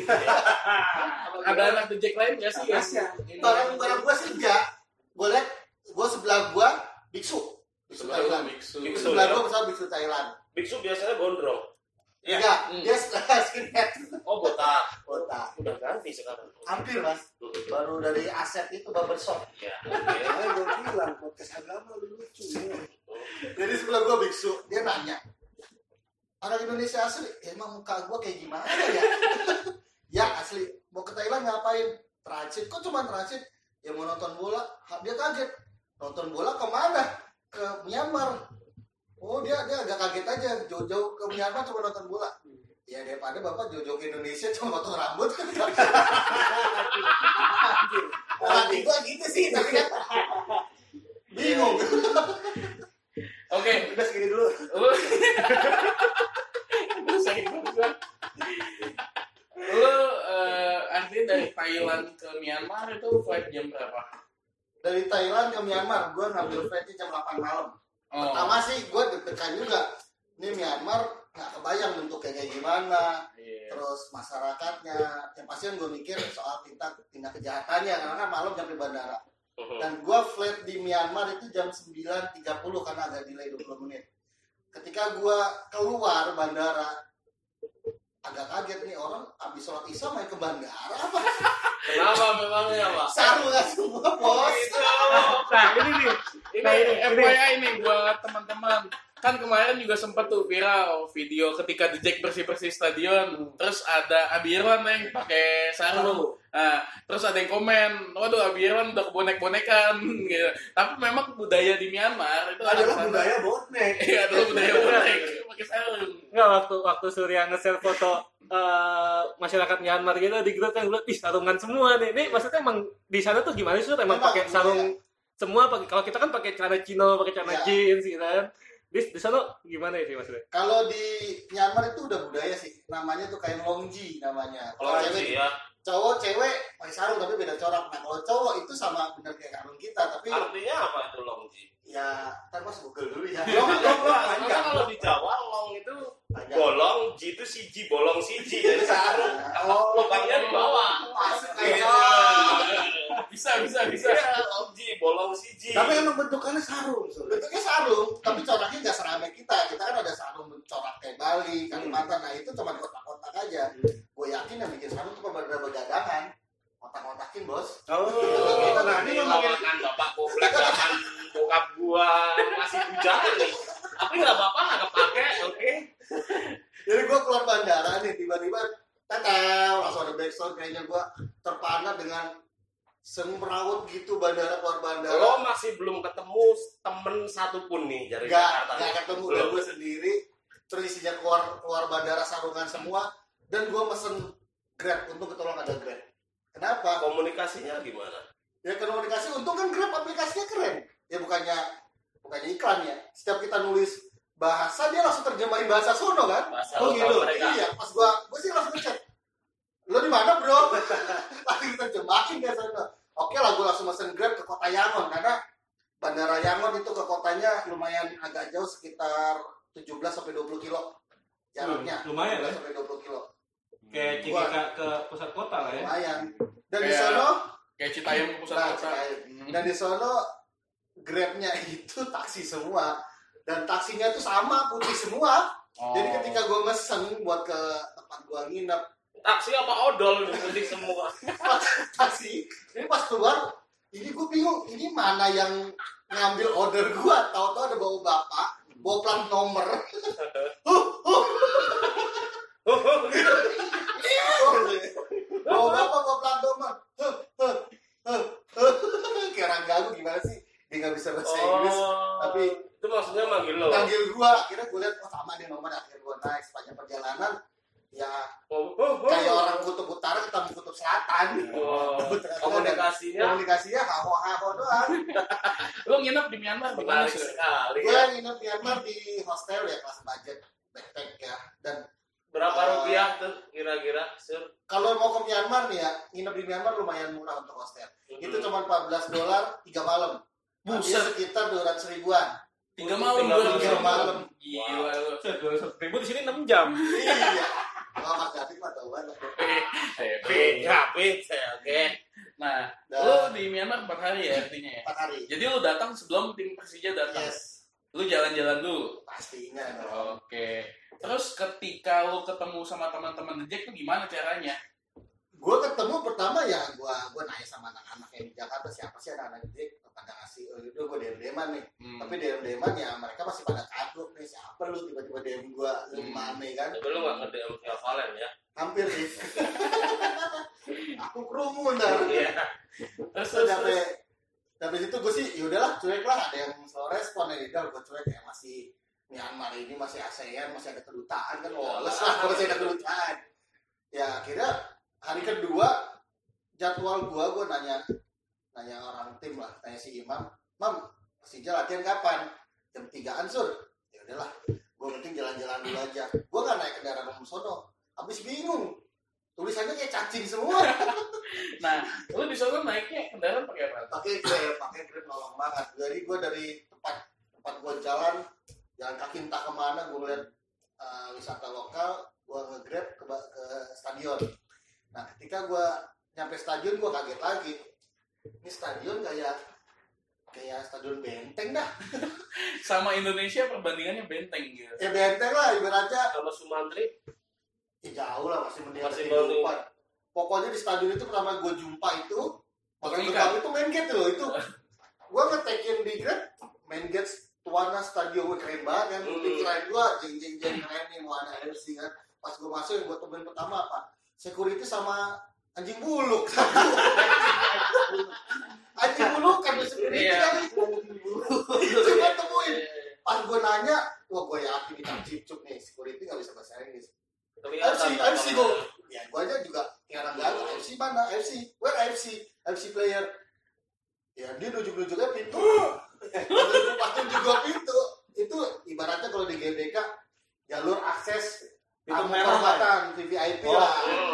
ada anak The Jack lain nggak sih? Barang gue sih enggak. Gue lihat, gue sebelah gue biksu Thailand. Sebelah gue bersama biksu Thailand. Biksu biasanya gondrong. Enggak, dia skinhead. Oh, botak. Botak. Udah ganti sekarang. Hampir mas. Baru dari aset itu barbershop. Ya. Gue bilang podcast agama lucu ya. Jadi sebelah gue biksu, dia nanya, orang Indonesia asli, emang muka gue kayak gimana ya? Ya asli, mau ke Thailand ngapain? Transit, kok cuma transit? Ya mau nonton bola, dia kaget. Nonton bola kemana? Ke Myanmar. Oh dia agak kaget aja, jauh-jauh ke Myanmar cuma nonton bola. Ya daripada bapak jauh-jauh ke Indonesia cuma potong rambut. Hati gue gitu sih, tapi kan bingung. Oke, Udah segini dulu. Lu artinya dari Thailand ke Myanmar itu flight jam berapa? Dari Thailand ke Myanmar, gue ngambil flightnya jam 8 malam. Pertama sih gue deg-degan juga. Ini Myanmar nggak kebayang bentuknya kayak gimana. Terus masyarakatnya. Yang pasti kan gue mikir soal tindak kejahatannya. Karena kan malam nyampe bandara. Dan gue flight di Myanmar itu jam 9.30 karena agak delay 20 menit. Ketika gue keluar bandara, agak kaget nih orang habis sholat isya main ke bandara apa? Kenapa memangnya, Pak? Sarungan semua bos. Nah ini FYI nih buat teman-teman. Kan kemarin juga sempat tuh viral video ketika The Jack bersih-bersih stadion, terus ada Abi Irwan yang pakai sarung. Nah, terus ada yang komen, waduh Abi Irwan udah kebonek-bonekan gitu. Tapi memang budaya di Myanmar itu Adalah budaya bonek. Iya, adalah budaya bonek pakai sarung. Enggak, waktu Surya nge-share foto masyarakat Myanmar gitu di grup kan gue bilang, sarungan semua nih. Ini maksudnya emang di sana tuh gimana sih? Emang pakai sarung semua? Kalau kita kan pakai celana chino, pakai celana jeans gitu kan. Di sana gimana sih maksudnya? Kalau di Myanmar itu udah budaya sih, namanya tuh kain longji namanya. Kalau cewek, cowok cewek pakai sarung tapi beda corak. Nah kalau cowok itu sama bener kayak sarung kita, tapi Artinya apa itu longji? ya, ntar mas google dulu ya. Karena kalau di Jawa long itu bolong, ji itu siji, bolong siji, jadi sarung. Lubangnya di bawah. Masuk Gitu. Bisa. Iya, longji, bolong siji. Tapi emang bentukannya sarung. Bentuknya sarung, tapi coraknya nggak serame kita. Kita kan ada sarung corak kayak Bali, Kalimantan. Nah itu cuma kotak-kotak aja. Gue yakin yang bikin sarung tuh begadangan. Kotak-kotakin bos. Nah ini ngomongin kan bapak goblek zaman bokap gua masih bujangan nih. Tapi nggak apa-apa, nggak kepake, oke. Jadi gue keluar bandara nih, tiba-tiba langsung ada backsound kayaknya gue terpana dengan semrawut gitu bandara keluar bandara. Lo masih belum ketemu temen satupun nih dari Jakarta? Gak ketemu, dan gue sendiri. Terus isinya keluar bandara sarungan semua. Dan gue mesen Grab, untung ketolong ada Grab. Kenapa? Komunikasinya gimana? Ya komunikasi, untung kan Grab aplikasinya keren. Ya bukannya iklan ya. Setiap kita nulis bahasa, dia langsung terjemahin bahasa sono kan? Bahasa Oh lokal gitu. mereka. Iya, pas gue sih langsung ngechat. Lo di mana bro? Langsung terjemahin ke sono. Oke lah, gue langsung mesen Grab ke kota Yangon karena bandara Yangon itu ke kotanya lumayan agak jauh, sekitar 17-20 kilo jaraknya. Lumayan 17-20 kilo. Kayak Cikika ke pusat kota lah ya. Lumayan. Dan di Kayak- sono Kayak Citayam ke pusat Nah, kota. dan di sono Grabnya itu taksi semua, dan taksinya tuh sama putih semua. Oh. Jadi ketika gue mesen buat ke tempat gue nginep, Taksi apa odol disuntik semua. Taksi. Ini pas keluar, ini gue bingung. Ini mana yang ngambil order gue? Tahu-tahu ada bawa bapak, bawa plat nomor. Bawa bapak, bawa plat nomor. Kayak orang gagu gimana sih? Dia nggak bisa bahasa Inggris, tapi itu maksudnya manggil lo. manggil gue. Akhirnya gue lihat, oh sama dia nomor. Akhirnya gue naik sepanjang perjalanan. Ya kayak orang kutub utara ketemu kutub selatan. Komunikasinya haho doang. Lu nginep di Myanmar Menarik sekali. Gue Ya. nginep Myanmar di hostel ya, kelas budget backpack ya. Dan Berapa rupiah tuh kira-kira, Sur? kalau mau ke Myanmar nih ya, nginep di Myanmar lumayan murah untuk hostel. Itu cuma $14 3 malam. Buset, sekitar 200 ribuan. 3 malam. 3 malam. Gila lu. 200.000 di sini 6 jam. Iya. Oh, Mas David mah tahu banget. Beda, oke. Nah, Dan- lu di Myanmar 4 hari ya artinya ya. 4 hari. Jadi lu datang sebelum tim Persija datang. Yes. Lu jalan-jalan dulu. Pastinya dong. Oke. Terus ketika lu ketemu sama teman-teman The Jack tuh gimana caranya? Gue ketemu pertama ya, gue nanya sama anak-anak yang di Jakarta, siapa sih anak-anak Jack, pada ngasih, oh udah gue DM-an nih. Tapi DM-an ya mereka masih pada kagok nih, siapa lu tiba-tiba DM gue, lu mana kan? Tapi lu nggak nge-DM Via Valen ya? Hampir sih. Aku kerumun dah. Iya. Terus Dari situ gue sih, yaudahlah cuek lah, ada yang slow respon ya, udah gue cuek ya, masih Myanmar ini masih ASEAN, masih ada kedutaan kan, woles lah kalau masih ada kedutaan. Ya akhirnya hari kedua jadwal gue nanya orang tim lah, tanya si Imam, Mam, Persija latihan kapan? Jam 3-an Sur. Ya udahlah, gue penting jalan-jalan dulu aja. Gue nggak naik kendaraan umum sono, habis bingung. Tulisannya kayak cacing semua. nah, lu di sana naiknya kendaraan pakai apa? pakai grab nolong banget. Jadi gue dari tempat gue jalan kaki entah kemana, gue ngeliat wisata lokal, gue nge-grab ke stadion. Nah ketika gue nyampe stadion, gue kaget lagi. Ini stadion kayak stadion Benteng dah. Sama Indonesia perbandingannya benteng gitu. Ya Benteng lah ibaratnya. Sama Sumantri? Jauh lah, masih mendingan Masih kehidupan. Pokoknya di stadion itu pertama gue jumpa itu, masuk gerbang itu main gate loh. Itu gue nge-take-in di grab main gate Tuana Stadion, gue keren banget kan. Pikiran gue jeng keren nih, mau ada LC kan. Pas gue masuk yang gue temuin pertama apa? Security sama anjing buluk. Anjing buluk kan security kan. Itu gue temuin. Pas gue nanya, wah gue yakin kita cicuk nih, security gak bisa bahasa Inggris. FC go. Ya gue aja juga tiara gagal. FC mana? FC. Where FC? FC player. Ya dia nunjuk-nunjuknya pintu. Pas nunjuk gue pintu. Itu ibaratnya kalau di GBK jalur akses Pintu merah, VVIP lah.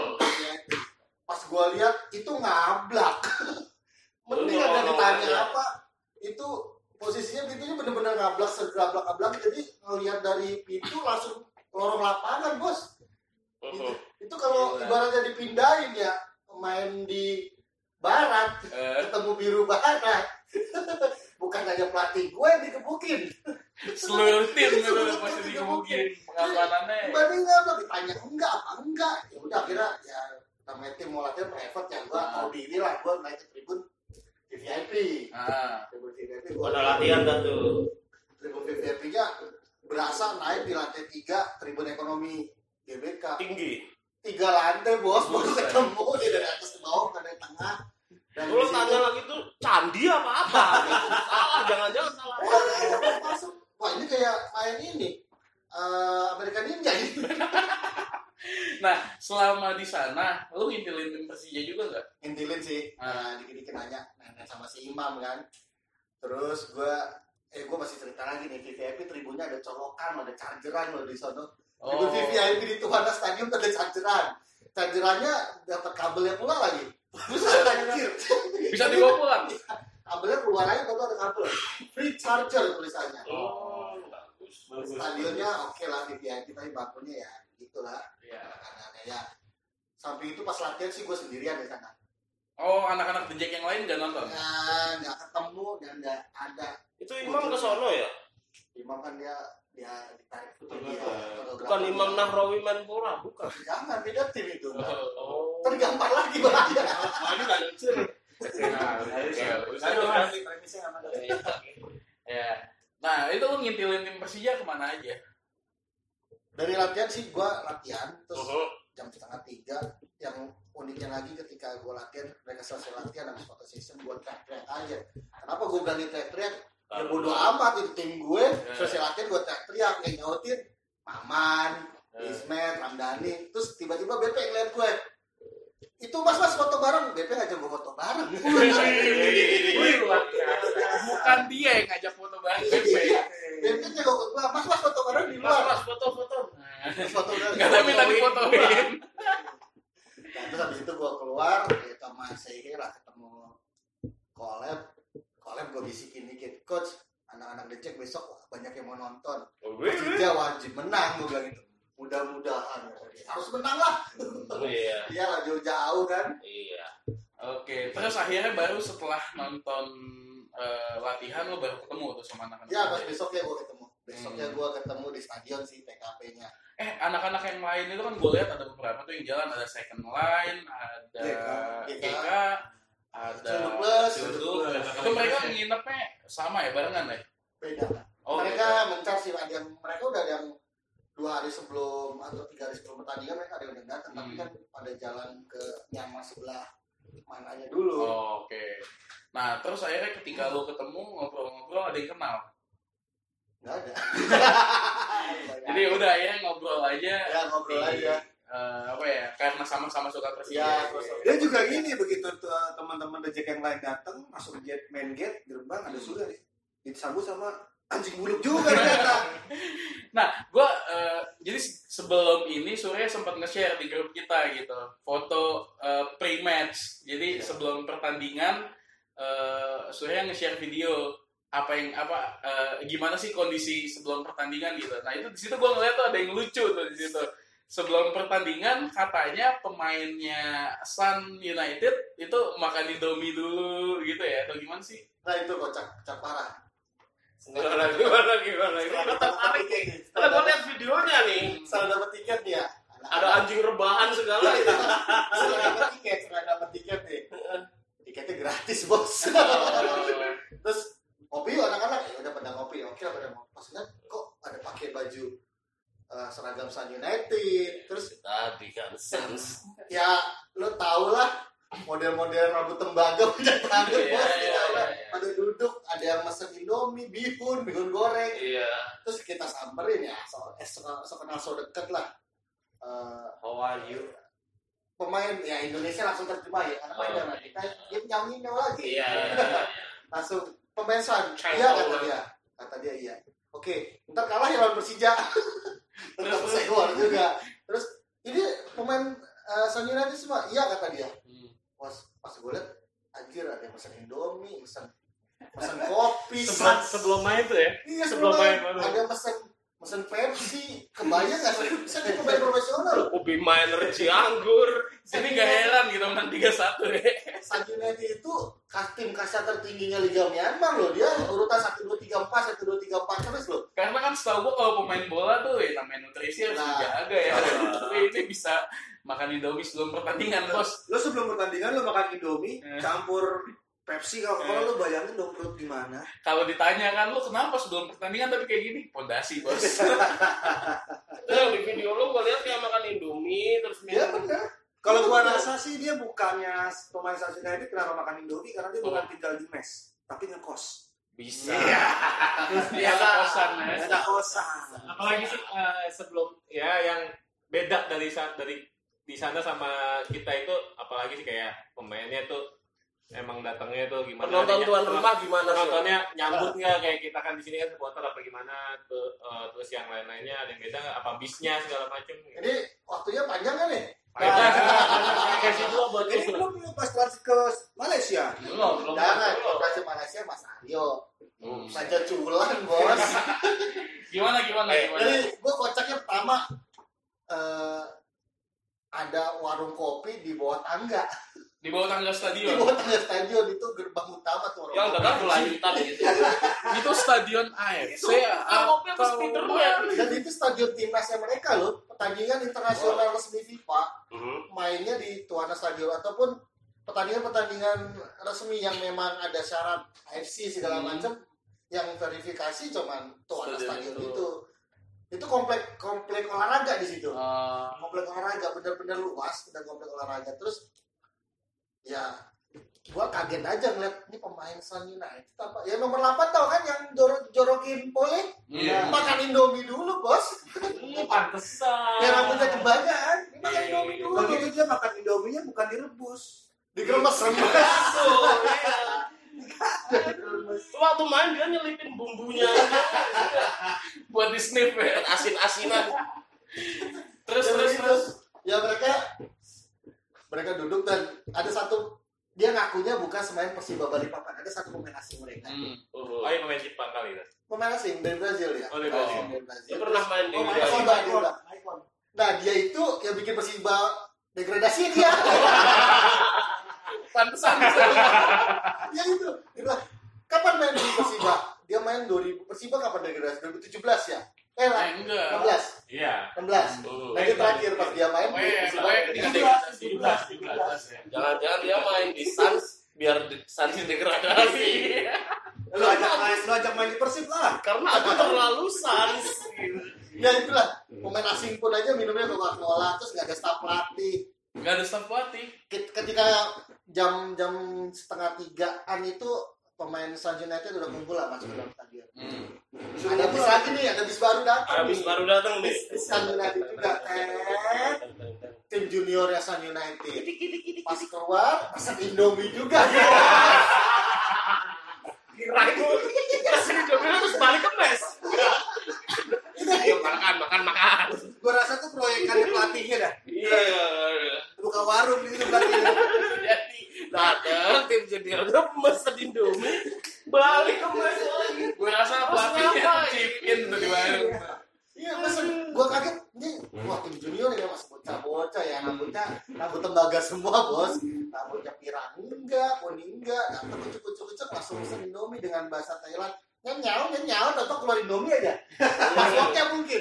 Pas gue lihat itu ngablak. Mending ada ditanya apa? Itu posisinya pintunya bener-bener ngablak, segablak-gablak. Jadi ngelihat dari pintu langsung lorong lapangan bos. Itu kalau ibaratnya dipindahin ya, main di barat ketemu biru barat. Bukan hanya pelatih gue yang dikebukin, Seluruh tim gitu Seluruh pasti tim dikebukin pengamanannya. dibanding nggak ditanya enggak apa enggak. Ya udah akhirnya ya namanya tim mau latihan private ya, gue tahu diri lah, gue naik ke tribun VIP. Tribun VIP gue Ada latihan dah tuh. tribun VIP-nya berasa naik di lantai 3 tribun ekonomi GBK. Tinggi. 3 lantai bos, baru ketemu dia dari atas ke bawah, ke dari tengah. Dan Lu di situ- tanya lagi tuh candi apa? Salah, jangan-jangan salah. masuk. Wah ini kayak main ini American Ninja ini. Nah, selama di sana, lu ngintilin tim Persija juga nggak? Intilin sih, dikit-dikit nanya sama si Imam kan. Terus gue masih cerita lagi nih, VIP tribunnya ada colokan, ada chargeran loh di sono. Tribun VIP di Tuana Stadium ada chargeran. Chargerannya dapat kabelnya pula lagi. Terus anjir. Bisa dibawa pulang? Kabelnya keluar aja kalau ada kabel. Free charger tulisannya. Bagus. Stadionnya oke lah di VIP, tapi bakunya ya gitulah. Iya. Karena ya samping itu pas latihan sih gue sendirian di sana. Oh, anak-anak The Jack yang lain nggak nonton? Nggak ketemu dan nggak ada. Itu Imam ke sono ya? Imam kan dia ditarik Fotografer. Bukan Imam Nahrawi Menpora, bukan. Jangan, beda tim itu. Oh. Tergampar lagi bahaya. Ini nggak lucu nih. Premisnya nggak ada. Ya. Nah, itu lu ngintilin tim Persija kemana aja? Dari latihan sih gua latihan terus jam 2:30. Yang uniknya lagi ketika gua latihan, mereka selesai latihan habis foto session gua teriak-teriak aja. Kenapa gua berani teriak-teriak? Ya bodo amat itu tim gue. Selesai latihan gua teriak-teriak yang nyautin Maman, Ismet, Ramdhani. Terus tiba-tiba BP ngeliat gue. Itu mas foto bareng, BP ngajak gue foto bareng. Bukan dia yang ngajak foto bareng BP. BP ngajak gue, mas foto bareng di luar. Mas foto. Foto bareng. Nggak ada minta difotoin. Nah, terus habis itu gue keluar, ya sama Sehe lah ketemu collab gue bisikin dikit, coach, anak-anak Decek besok banyak yang mau nonton. Persija wajib menang, gue bilang gitu. Mudah-mudahan harus menang lah. Iya. Iya lah jauh-jauh kan. Iya. Oke, terus akhirnya baru setelah nonton latihan lo baru ketemu tuh sama anak-anak. Ya pas besoknya gue ketemu. Besoknya gue ketemu di stadion sih TKP-nya. Anak-anak yang lain itu kan gue lihat ada beberapa tuh yang jalan, ada second line, ada GK, ada Sudut. Itu mereka nginepnya sama ya, barengan ya? Beda. Oh, mereka mencar sih, ada yang mereka udah ada yang 2 hari sebelum atau 3 hari sebelum pertandingan mereka ada yang udah datang, tapi kan pada jalan ke Myanmar sebelah mananya dulu. Oh, oke. Nah, terus akhirnya ketika lo ketemu ngobrol-ngobrol ada yang kenal. Nggak ada. Jadi udah akhirnya ngobrol aja. Ya ngobrol aja. Apa ya? Karena sama-sama suka Persija. Ya, Dia juga gini, begitu teman-teman Decek yang lain datang masuk gate, main gate gerbang ada Surya disambut sama anjing buluk juga ternyata. Nah, gue jadi sebelum ini Surya sempat nge-share di grup kita gitu foto pre-match. Jadi sebelum pertandingan Surya nge-share video gimana sih kondisi sebelum pertandingan gitu. Nah itu di situ gue ngeliat tuh ada yang lucu tuh di situ. Sebelum pertandingan katanya pemainnya Sun United itu makan Indomie dulu gitu ya, atau gimana sih? Nah itu kocak parah. Gimana? Ini tertarik nih. Karena gue lihat videonya nih. Setelah dapat tiket dia. Ada anjing rebahan segala itu. Setelah dapat tiket nih. Tiketnya gratis bos. Terus ngopi anak-anak ya udah pada ngopi. Oke pada ngopi. Pas lihat kok ada pakai baju seragam Sun United. Terus Tadi kan Suns. ya lo tau lah model-model rambut tembaga punya tangan bos. Pada duduk ada yang mesen Indomie, bihun goreng. Iya. Terus kita samperin ya, so kenal so deket lah. How are you? Pemain ya Indonesia langsung terjemah ya, karena mainnya kita nyanyi lagi. Iya. Langsung pemain Sun, iya kata dia iya. Oke, ntar kalah ya lawan Persija. Tetap keluar juga. Terus ini pemain Sun United semua, iya kata dia. Pas gue liat, anjir ada yang pesen Indomie, pesen kopi. Sebelum main tuh ya? Iya sebelum main. Ada yang pesen Pepsi, kebayang nggak sih? Bisa jadi pemain profesional. Ubi Miner Ciangur. Jadi gak heran gitu menang 3-1 ya. Sun United itu tim kasta tertingginya Liga Myanmar loh. Dia urutan 1, 2, 3, 4, 1, 2, 3, 4 terus loh. Karena kan setahu gue kalau pemain bola tuh ya namanya nutrisi harus dijaga ya. Tapi ini bisa makan Indomie sebelum pertandingan bos. Lo sebelum pertandingan lo makan Indomie campur Pepsi, kalau lo bayangin dong perut gimana? Kalau ditanya kan lo kenapa sebelum pertandingan tapi kayak gini? Pondasi bos. Di video lo gue lihat dia makan Indomie terus Iya benar. Kalau gua rasa sih dia bukannya pemain Sun United kenapa makan Indomie karena dia bukan tinggal di mes, tapi ngekos. bisa. Dia ada kosan ya. Ada kosan. Apalagi sih sebelum ya yang beda dari di sana sama kita itu, apalagi sih kayak pemainnya tuh emang datangnya tuh gimana? Penonton tuan rumah gimana sih? Penontonnya nyambut nggak kayak kita kan di sini kan supporter apa gimana tuh, terus yang lain-lainnya ada yang beda nggak? Apa bisnya segala macam? Jadi waktunya panjang kan nih? Kasih dulu buat Ini belum pas transit ke Malaysia. belum. Jangan, operasi Malaysia Mas Aryo. Saja culan bos. Gimana? Jadi gue kocaknya pertama ada warung kopi di bawah tangga. Di bawah tangga Di stadion. bawah tangga stadion itu gerbang utama tuh orang. Yang dalam berlanjutan gitu. Itu stadion AFC Mobil ke atau Spiderman. Dan itu stadion timnasnya mereka loh. Pertandingan internasional resmi FIFA mainnya di Tuana Stadion ataupun pertandingan resmi yang memang ada syarat AFC segala macam yang verifikasi cuman Tuana Stadion itu komplek olahraga di situ. Komplek olahraga benar-benar luas dan komplek olahraga. Terus ya gua kaget aja ngeliat ini pemain Sun United apa ya nomor 8 tau kan yang jorokin Pole makan Indomie dulu bos. Pantesan. Ya rambutnya kebanyakan ini makan Indomie dulu. Begitu dia makan Indominya bukan direbus. Digeremes. Waktu main dia nyelipin bumbunya buat di sniff ya. asin-asinan. Terus. Ya mereka duduk dan ada satu dia ngakunya bukan pemain Persiba Balikpapan, ada satu pemain asing mereka. Oh, ini pemain Jepang kali ya? Pemain asing dari Brazil ya. Oh, dari Brazil. Dia pernah main di Persiba dia udah. Nah dia itu yang bikin Persiba degradasi dia. Pantesan. Ya itu. Dia bilang, kapan main di Persiba? Dia main 2000. Persiba kapan degradasi? 2017 ya? Enggak. 16. Iya. 16. Nah itu terakhir pas dia main di Persiba. Jangan-jangan dia main di Suns biar Suns degradasi. Lu ajak main di Persib lah. Karena aku terlalu Suns. Ya itulah. Pemain asing pun aja minumnya Coca-Cola, terus nggak ada staf pelatih. Nggak ada staf pelatih. Ketika jam 2:30 itu pemain Sun United udah kumpul lah masuk ke dalam stadion. Ada bis lagi nih, ada bis baru datang. Habis baru datang nih. Sun United juga tim juniornya Sun United. Pas keluar, masak Indomie juga. Kirain kasih Indomie terus balik ke mes. Ayo makan. Gua rasa tuh proyekannya pelatihnya dah. Iya. Buka warung di situ pelatihnya. Jadi datang tim junior udah mesen Indomie balik ke mes lagi. Gue rasa pelatihnya chip in tuh di warung. Iya, mesen. Gua kaget. Ini, wah tim junior ya masih bocah-bocah ya. Rambut tembaga semua bos. Rambutnya pirang enggak, kuning enggak. Datang kucuk-kucuk langsung mesen Indomie dengan bahasa Thailand. Nyenyau, tetap keluar Indomie aja. Passwordnya mungkin.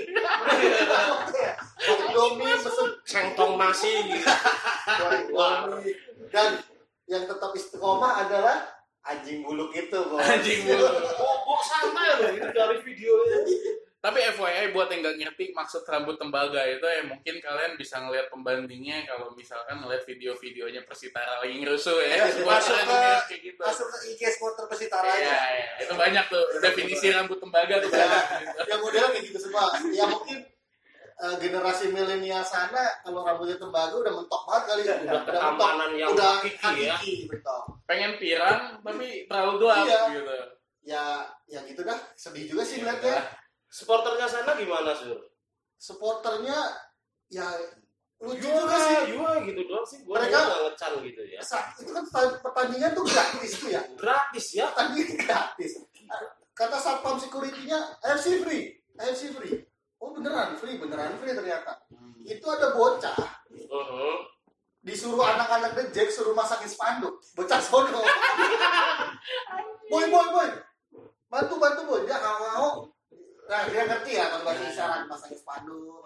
Indomie mesen Centong nasi. Indomie. Dan yang tetap istiqomah adalah anjing buluk itu bos. Anjing dulu. Kok santai loh ini dari videonya. Tapi FYI buat yang nggak ngerti maksud rambut tembaga itu ya mungkin kalian bisa ngeliat pembandingnya kalau misalkan ngeliat video-videonya Persitara lagi ngerusuh ya. Masuk kayak gitu. ke IG supporter Persitara Iya, aja. itu banyak tuh definisi rambut tembaga tuh banyak. Yang model kayak gitu semua. Ya mungkin generasi milenial sana kalau rambutnya tembaga udah mentok banget kali ya. Udah ketampanan yang udah hakiki ya. betul. Pengen pirang tapi terlalu gelap Iya. gitu. Ya gitu dah. Sedih juga sih ngeliatnya. Supporternya sana gimana Sur? Supporternya ya lucu juga sih. Juga gitu doang sih. Gue Mereka- nggak ngecan gitu ya. Itu kan pertandingan tuh gratis tuh ya. Gratis ya. Pertandingan gratis. Kata satpam security-nya AFC free. Oh beneran free ternyata. Itu ada bocah disuruh anak-anak The Jack suruh masakin spanduk. Bocah sono. Boy. Bantu boy. Dia nggak mau. Nah dia ngerti ya kalau bahasa isyarat masangin spanduk.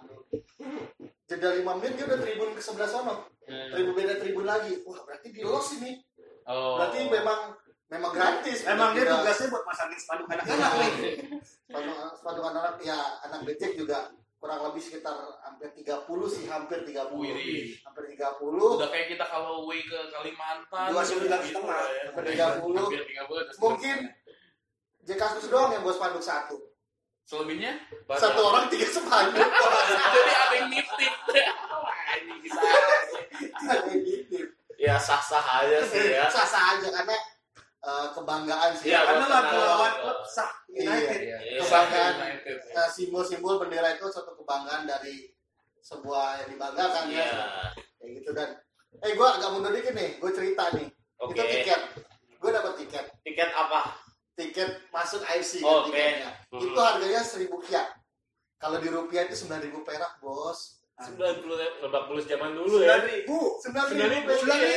Jeda 5 menit dia udah tribun ke sebelah sono. Tribun lagi. Wah berarti di los ini. Oh. Berarti memang gratis. Emang dia Tidak- tugasnya buat masangin spanduk anak-anak nih. Spanduk anak ya anak becek juga kurang lebih sekitar hampir 30 sih, hampir 30. Wih. Hampir 30. Udah kayak kita kalau away ke Kalimantan 29,5. ya. Hampir 30. Hampir 30. Mungkin Jekasus doang yang bawa spanduk satu. Selebihnya Satu orang 3 spanduk. jadi ada yang nitip. Wah, ini bisa. Gitu. Ya sah-sah aja sih ya. Sah-sah aja karena kebanggaan sih. Iya, Karena buat lagu kenal. lawan klub sak United. Iya. Iya. Kebanggaan. United. Simbol-simbol bendera itu suatu kebanggaan dari sebuah yang dibanggakan Iya. ya. Kayak gitu dan gue agak mundur dikit nih, gue cerita nih. Oke. Itu tiket. Gue dapat tiket. Tiket apa? Tiket masuk AFC Oke. tiketnya. Itu harganya 1.000 kyat. Kalau di rupiah itu 9.000 perak, Bos. Lebak Bulus zaman dulu ya. 9.000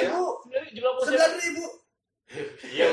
Iya,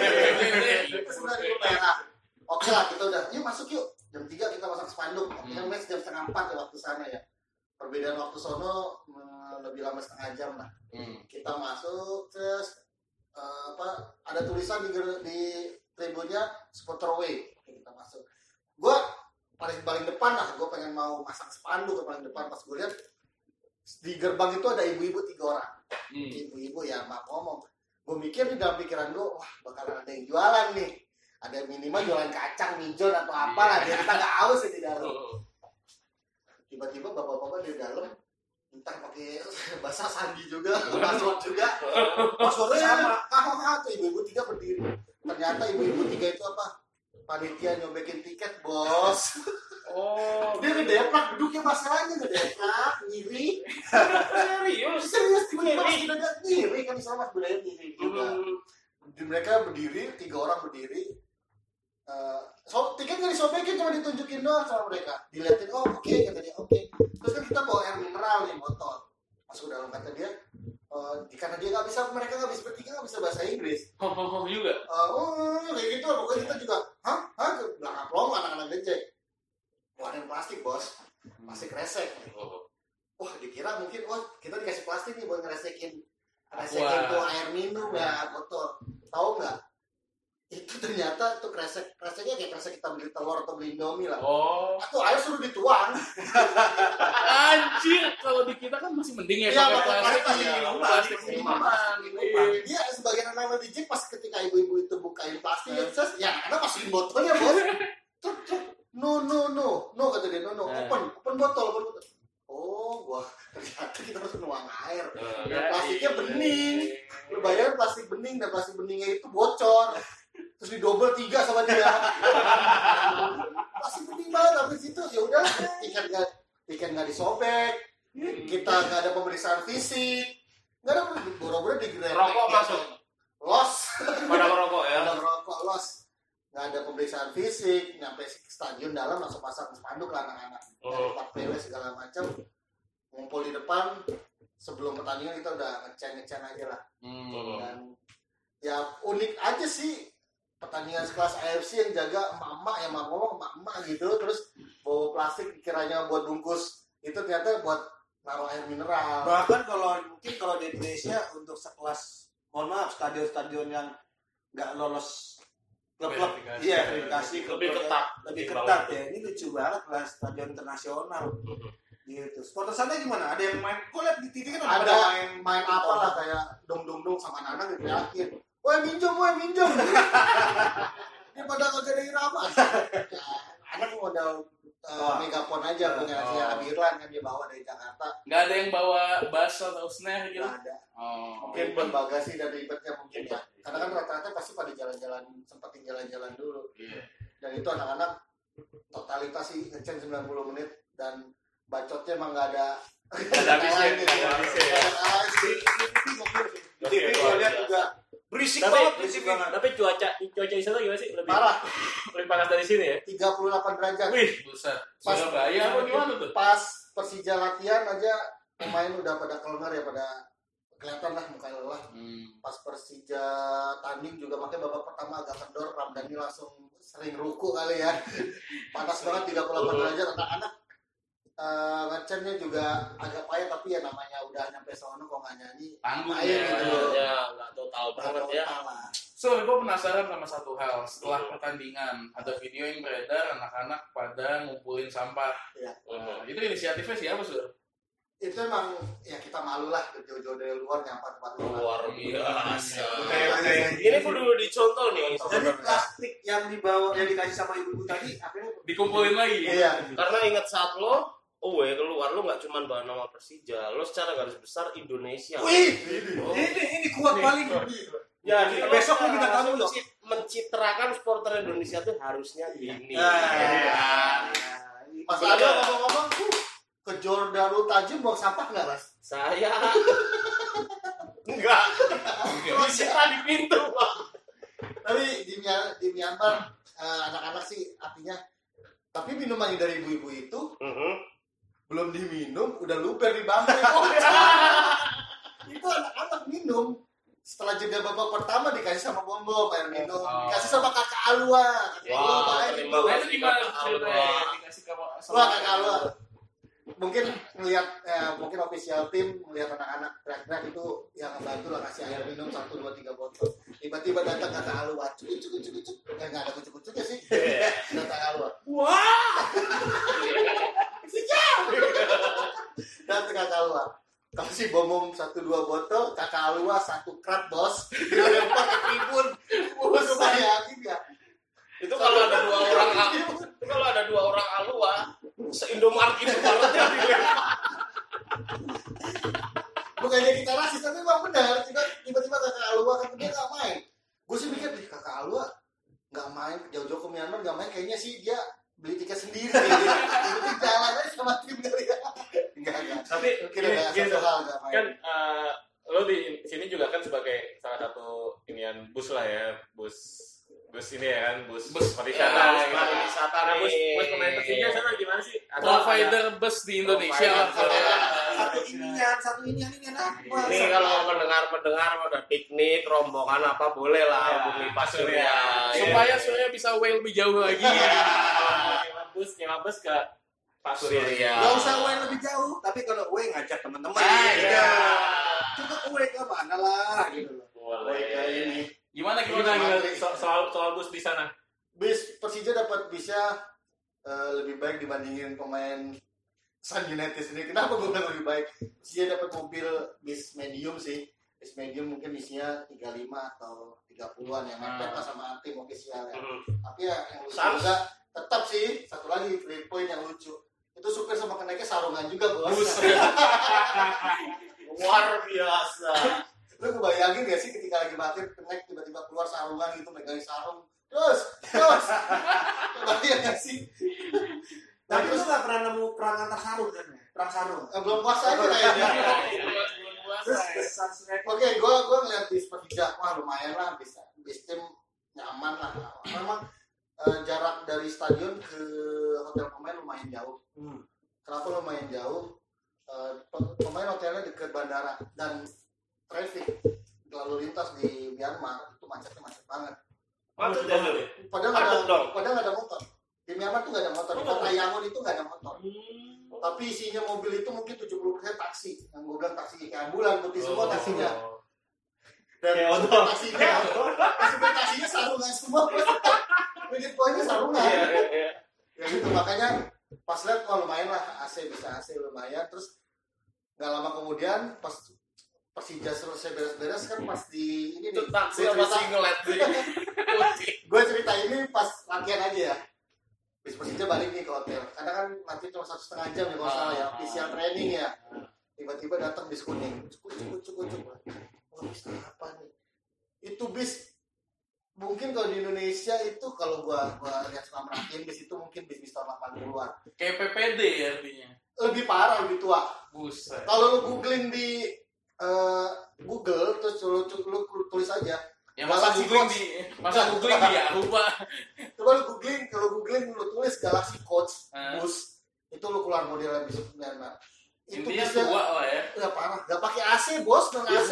perak. Oke lah, kita udah yuk masuk yuk. Jam 3 kita pasang spanduk. Kita match jam 3:30 ya waktu sana ya. Perbedaan waktu sono lebih lama setengah jam lah. Kita masuk terus ada tulisan di tribunnya supporter away. Kita masuk. Gua paling depan lah. Gua pengen mau masang spanduk ke paling depan. Pas gue lihat di gerbang itu ada ibu-ibu 3 orang. Ibu-ibu ya maaf ngomong. Gue mikir di dalam pikiran gue, wah bakalan ada yang jualan nih. Ada minimal jualan kacang, minjon atau apalah. Biar kita nggak haus ya di dalam. Tiba-tiba bapak-bapak di dalam entah pakai bahasa sandi juga, password juga. Passwordnya sama. Tuh ibu-ibu 3 berdiri. Ternyata ibu-ibu 3 itu apa? Panitia nyobekin tiket, bos. Dia ngedeplak duduknya masalahnya ngedeplak, ngiri. Serius tiba-tiba sudah ada ngiri kan sama budaya ngiri juga. Mereka berdiri, 3 orang berdiri. Tiket nggak disobekin, cuma ditunjukin doang sama mereka. Dilihatin, oke, kata dia, oke. Terus kan kita bawa air mineral nih, botol. Masuk dalam, kata dia, karena dia mereka nggak bisa bertiga, nggak bisa bahasa Inggris. Juga. Kayak gitu, pokoknya kita juga, belakang plong, anak-anak gede. Keluarin plastik, bos. Plastik resek. Wah, dikira mungkin, kita dikasih plastik nih buat ngeresekin tuh air minum ya, botol. Tahu nggak? Itu ternyata tuh kreseknya kayak kresek kita beli telur atau beli Indomie lah. Atau air suruh dituang. Anjir, kalau di kita kan masih mending ya pakai plastik minuman. Iya, sebagian anak di Jeep pas ketika ibu-ibu itu bukain plastik, ya anak masukin botolnya, bos. No, kata dia, no, open botol. Wah, ternyata kita harus nuang air. Dan plastiknya bening. Lu bayar plastik bening dan plastik beningnya itu bocor. Terus didobel 3 sama dia. Plastik bening banget. Habis itu ya udah, tiket nggak disobek. Kita nggak ada pemeriksaan fisik. Nggak ada, boro-boro digerak. Rokok masuk. Los. Pada ngerokok ya. Pada ngerokok los. Nggak ada pemeriksaan fisik. Nyampe stadion dalam langsung pasang spanduk lah anak-anak. Dari 4 PW segala macam. Ngumpul di depan. Sebelum pertandingan kita udah ngecen aja lah. Dan ya unik aja sih. Pertandingan sekelas AFC yang jaga emak-emak ya emak-emak gitu. Terus bawa plastik kiranya buat bungkus. Itu ternyata buat naruh air mineral. Bahkan mungkin kalau di Indonesia untuk sekelas, mohon maaf, stadion-stadion yang nggak lolos klub-klub, iya verifikasi lebih ketat ya. Ini lucu banget lah, stadion internasional. Gitu. Supporter sana gimana? Ada yang main? Kok lihat di TV kan ada main apa lah kayak dong sama anak-anak diterakin. Woi minjem. Dia pada kagak ada irama. Anak modal megapon aja punya si Abirlan kan dia bawa dari Jakarta. Nggak ada yang bawa bass atau snare gitu? Nggak ada. Mungkin buat bagasi dan ribetnya mungkin ya. Karena kan rata-rata pasti pada sempetin jalan-jalan dulu. Dan itu anak-anak totalitas sih ngecen 90 menit dan bacotnya emang nggak ada. Habisnya. TV kalau lihat juga berisik banget. Tapi cuaca di sana gimana sih? Lebih panas dari sini ya? 38 derajat. Wih, buset. Surabaya apa gimana tuh? Pas Persija latihan aja pemain udah pada kelengar ya, pada kelihatan lah mukanya lelah. Pas Persija tanding juga makanya babak pertama agak kendor, Ramdhani langsung sering ruku kali ya. Panas banget 38 derajat, anak-anak ngecennya juga agak payah, tapi ya namanya udah nyampe sono kok nggak nyanyi tanggung gitu. Ya nggak total banget ya. So, gue penasaran sama satu hal. Setelah pertandingan ada video yang beredar anak-anak pada ngumpulin sampah. Itu inisiatifnya siapa Sur? Itu emang ya kita malu lah jauh-jauh dari luar nyampe tempat luar biasa. Ini kudu dicontoh nih. Jadi plastik yang dibawa yang dikasih sama ibu-ibu tadi akhirnya dikumpulin lagi. Iya. Karena ingat saat lo keluar lo nggak cuma bawa nama Persija, lo secara garis besar Indonesia. Wih, ini kuat paling. Ya, besok lo minta kamu loh. Mencitrakan supporter Indonesia tuh harusnya ini. Mas Ado ngomong-ngomong, ke Jordarul Tajim buang sampah nggak Mas? Saya enggak. Kita di pintu Pak. Tapi di Myanmar anak-anak sih artinya. Tapi minuman dari ibu-ibu itu belum diminum udah luber di bangku. Itu anak-anak minum. Setelah jeda babak pertama dikasih sama Bom air minum, dikasih sama kakak Alwa. Terima kasih gimana Kakak ceritanya Alwa. dikasih sama Wah, kakak Alwa. Mungkin ngelihat mungkin official tim melihat anak-anak teriak-teriak itu yang ngebantu lah kasih air minum 1, 2, 3 botol. Tiba-tiba datang kakak Alwa, cuk. Nggak ada kucuk-kucuknya sih. Datang Alwa. Wah. Sejam. Datang kakak Alwa. Kasih Bom 1, 2 botol, kakak Alwa 1 krat bos. Dilempar ke tribun. Bos bayangin ya. Itu kalau ada 2 orang Alwa, se-Indomaret itu balonnya dilempar. Bukannya kita rasis, tapi memang benar. Tiba-tiba kakak Alwa kan dia nggak main. Gue sih mikir, kakak Alwa nggak main jauh-jauh ke Myanmar nggak main, kayaknya sih dia beli tiket sendiri. Itu jalan aja sama tim dari enggak. Tapi Kira gini, satu hal nggak main. kan lo di sini juga kan sebagai salah satu inian bus lah ya, bus ini ya kan, bus pariwisata. Ya, gitu. pariwisata Nah, nih. bus pemain Persija sana gimana sih? provider bus di Indonesia lah. Satu inian apa? Ini kalau pendengar udah piknik, rombongan apa boleh lah beli Pak Surya. Supaya Surya bisa way lebih jauh lagi. Nyewa bus ke Pak Surya. Gak usah away lebih jauh, tapi kalau away ngajak teman-teman. Iya. Coba away ke mana lah gitu loh. Away ke ini. Gimana Soal bus di sana? Bis Persija dapat bisnya lebih baik dibandingin pemain Sun United sendiri. Kenapa gue bilang lebih baik? Persija dapat mobil bis medium sih. Bis medium mungkin isinya 35 atau 30-an yang mepet lah sama tim official ya. Tapi ya yang lucu juga tetap sih satu lagi free point yang lucu. Itu supir sama kenaiknya sarungan juga bos. Luar biasa. Lu ngebayangin gak sih ketika lagi parkir kenaik tiba-tiba keluar sarungan gitu megangin sarung. Terus. Kebayang gak sih? Tapi lu gak pernah nemu perang antar sarung kan? Perang sarung. Belum puasa aja kayaknya. Oke, gue ngeliat bis Persija, wah lumayan lah bis tim nyaman lah. Memang jarak dari stadion ke hotel pemain lumayan jauh. Kenapa lumayan jauh? Pemain hotelnya dekat bandara dan traffic lalu lintas di Myanmar itu macet banget. Macet dulu. Padahal nggak ada motor. Di Myanmar tuh nggak ada motor. Di kota Yangon itu nggak ada motor. Tapi isinya mobil itu mungkin 70% taksi. Yang gue bilang taksi kayak ambulan, putih semua taksinya. Dan supir taksinya sarungan semua. Bikin poinnya sarungan. Ya gitu, makanya pas lihat lumayan lah AC lumayan. Terus nggak lama kemudian pas Persija selesai beres-beres kan pas di ini nih. Taksi sama singlet sih. Gue cerita ini pas latihan aja ya. Bis Persija balik nih ke hotel. Karena kan nanti cuma 1,5 jam ya kalau salah ya. Official training ya. Tiba-tiba datang bis kuning. Cuk. Wah, bis apa nih? Itu bis mungkin kalau di Indonesia itu kalau gua lihat selama merhatiin bis itu mungkin bis tahun 80-an. Kayak PPD ya artinya. Lebih parah, lebih tua. Buset. Kalau lu googling di Google terus lu tulis aja. Ya masa googling di Yahoo Pak. Coba lu googling lu tulis Galaxy Coach bus itu lu keluar modelnya bis Myanmar. Itu Intinya bisa tua lah ya. Ya parah, gak pakai AC bos, non AC.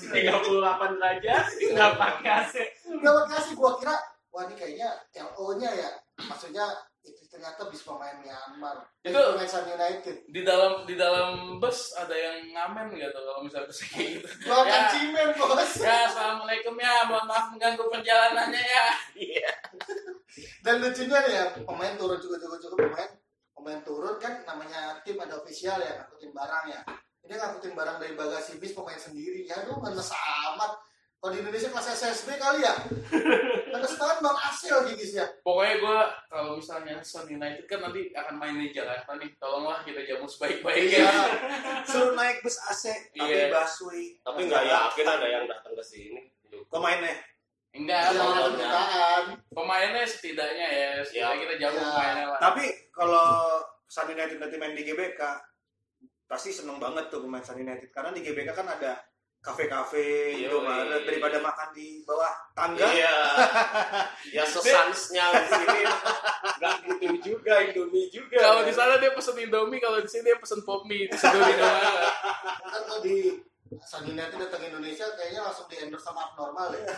38 derajat nggak pakai AC. Gak pakai AC, gua kira wah ini kayaknya LO-nya ya. Maksudnya itu ternyata bis pemain Myanmar. Itu pemain Sun United. Di dalam bus ada yang ngamen nggak tuh kalau misalnya bus kayak gitu? Makan cimen bos. Ya, assalamualaikum ya, mohon maaf mengganggu perjalanannya ya. Iya. Dan lucunya nih ya, pemain turun juga pemain turun kan namanya tim ada official ya, ngangkutin barang ya. Ini ngangkutin barang dari bagasi bis pemain sendiri. Ya aduh, ngenes amat. Kalau di Indonesia kelas SSB kali ya. Ngenes banget bang AC lagi bisnya. Pokoknya gue kalau misalnya Sun United kan nanti akan main di Jakarta nih, tolonglah kita jamu sebaik-baiknya. Suruh naik bus AC, tapi Iya. busway. Tapi nggak yakin ada yang datang ke sini. Pemainnya. Enggak, Iya, pemainnya setidaknya ya, setidaknya kita jamu Ya. pemainnya lah. Tapi kalau Sun United nanti main di GBK, pasti seneng banget tuh pemain Sun United. Karena di GBK kan ada kafe-kafe, Yoi. Indomaret daripada makan di bawah tangga. Iya. Ya sesansnya di sini nggak gitu juga, Indomie juga. Kalau di sana dia pesen Indomie, kalau di sini dia pesen pop mie. Diseduh di mana? Kan kalau di Sun United datang Indonesia kayaknya langsung di endorse sama abnormal ya.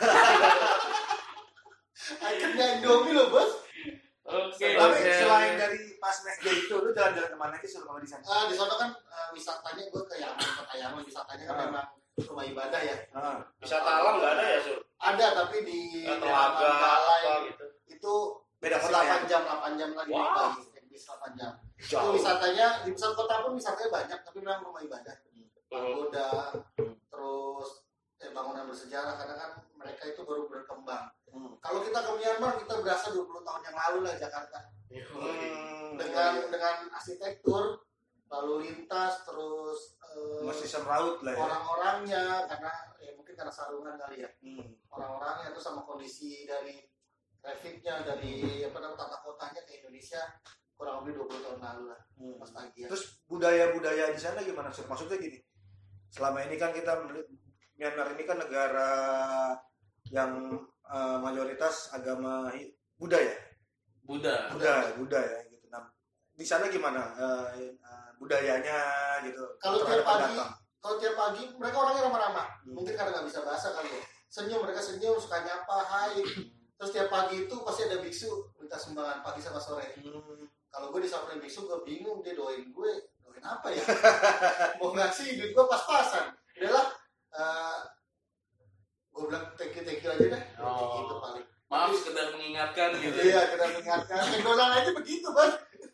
Akhirnya Indomie loh bos. Oke. Tapi selain dari pas match day itu, lu jalan-jalan kemana aja selama di sana? Di sana kan wisatanya gue ke Yaman, wisatanya kan memang rumah ibadah ya. Wisata alam nggak ada ya, Sur? Ada tapi di Telaga Balai apa gitu. itu Beda kota ya? 8 jam lagi Wah. bis 8 jam. Itu Jauh. wisatanya di pusat kota pun wisatanya banyak tapi memang rumah ibadah. Hmm. Pagoda, terus bangunan bersejarah karena kan mereka itu baru berkembang. Kalau kita ke Myanmar kita berasa 20 tahun yang lalu lah Jakarta. Dengan arsitektur, lalu lintas, terus Masih semraut lah ya. orang-orangnya karena ya mungkin karena sarungan kali ya. Orang-orangnya itu sama kondisi dari trafficnya dari tata kotanya ke Indonesia kurang lebih 20 tahun lalu lah nostalgia. Terus budaya-budaya di sana gimana sih? Maksudnya gini, selama ini kan kita Myanmar ini kan negara yang mayoritas agama Buddha ya. Buddha. Buddha ya gitu. Nah, di sana gimana budayanya gitu? Kalau terhadap tiap pagi mereka orangnya ramah-ramah. Mungkin karena nggak bisa bahasa kali ya. Mereka senyum, suka nyapa, hai. Terus tiap pagi itu pasti ada biksu minta sumbangan pagi sama sore. Kalau gue disamperin biksu gue bingung dia doain apa ya? Mau ngasih duit gue pas-pasan. Udahlah, gue bilang thank you aja deh. Gitu paling. Maaf sekedar mengingatkan gitu. Iya, kita mengingatkan. McDonald aja begitu bang.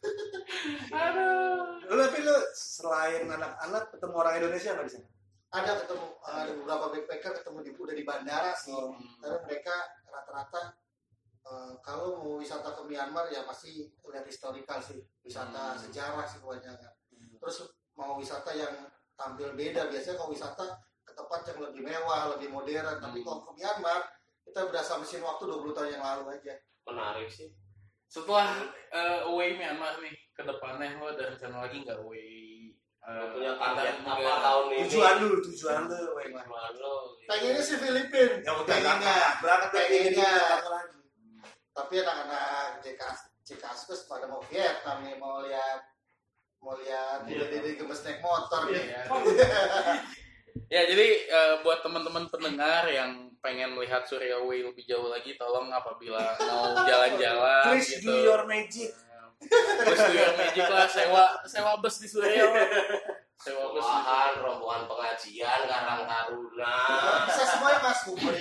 Aduh. Tapi lu selain anak-anak ketemu orang Indonesia nggak di sana? Ada ketemu ada beberapa backpacker ketemu udah di bandara sih. Karena mereka rata-rata kalau mau wisata ke Myanmar ya pasti lihat historikal sih, wisata sejarah sih kebanyakan. Terus mau wisata yang tampil beda, biasanya kalau wisata ke tempat yang lebih mewah, lebih modern. Tapi kalau ke Myanmar kita berasa mesin waktu 20 tahun yang lalu aja. Menarik sih. Setelah away Myanmar nih, ke depannya lo ada rencana lagi nggak away? Punya target antar apa negara? tahun ini? Tujuan lu, Wema. Tujuan lo. Pengennya sih Filipina. Ya udah Pengennya. berangkat lagi ini Pengennya. lagi. Tapi anak-anak JKASkus pada mau Vietnam nih, mau lihat Dede gemes naik motor nih. Ya jadi buat teman-teman pendengar yang pengen melihat Surya Way lebih jauh lagi, tolong apabila mau jalan-jalan Please gitu. do your magic. Please do your magic lah, sewa bus di Surya. Sewa bus. Bahan rombongan pengajian Karang Taruna. Bisa semuanya mas,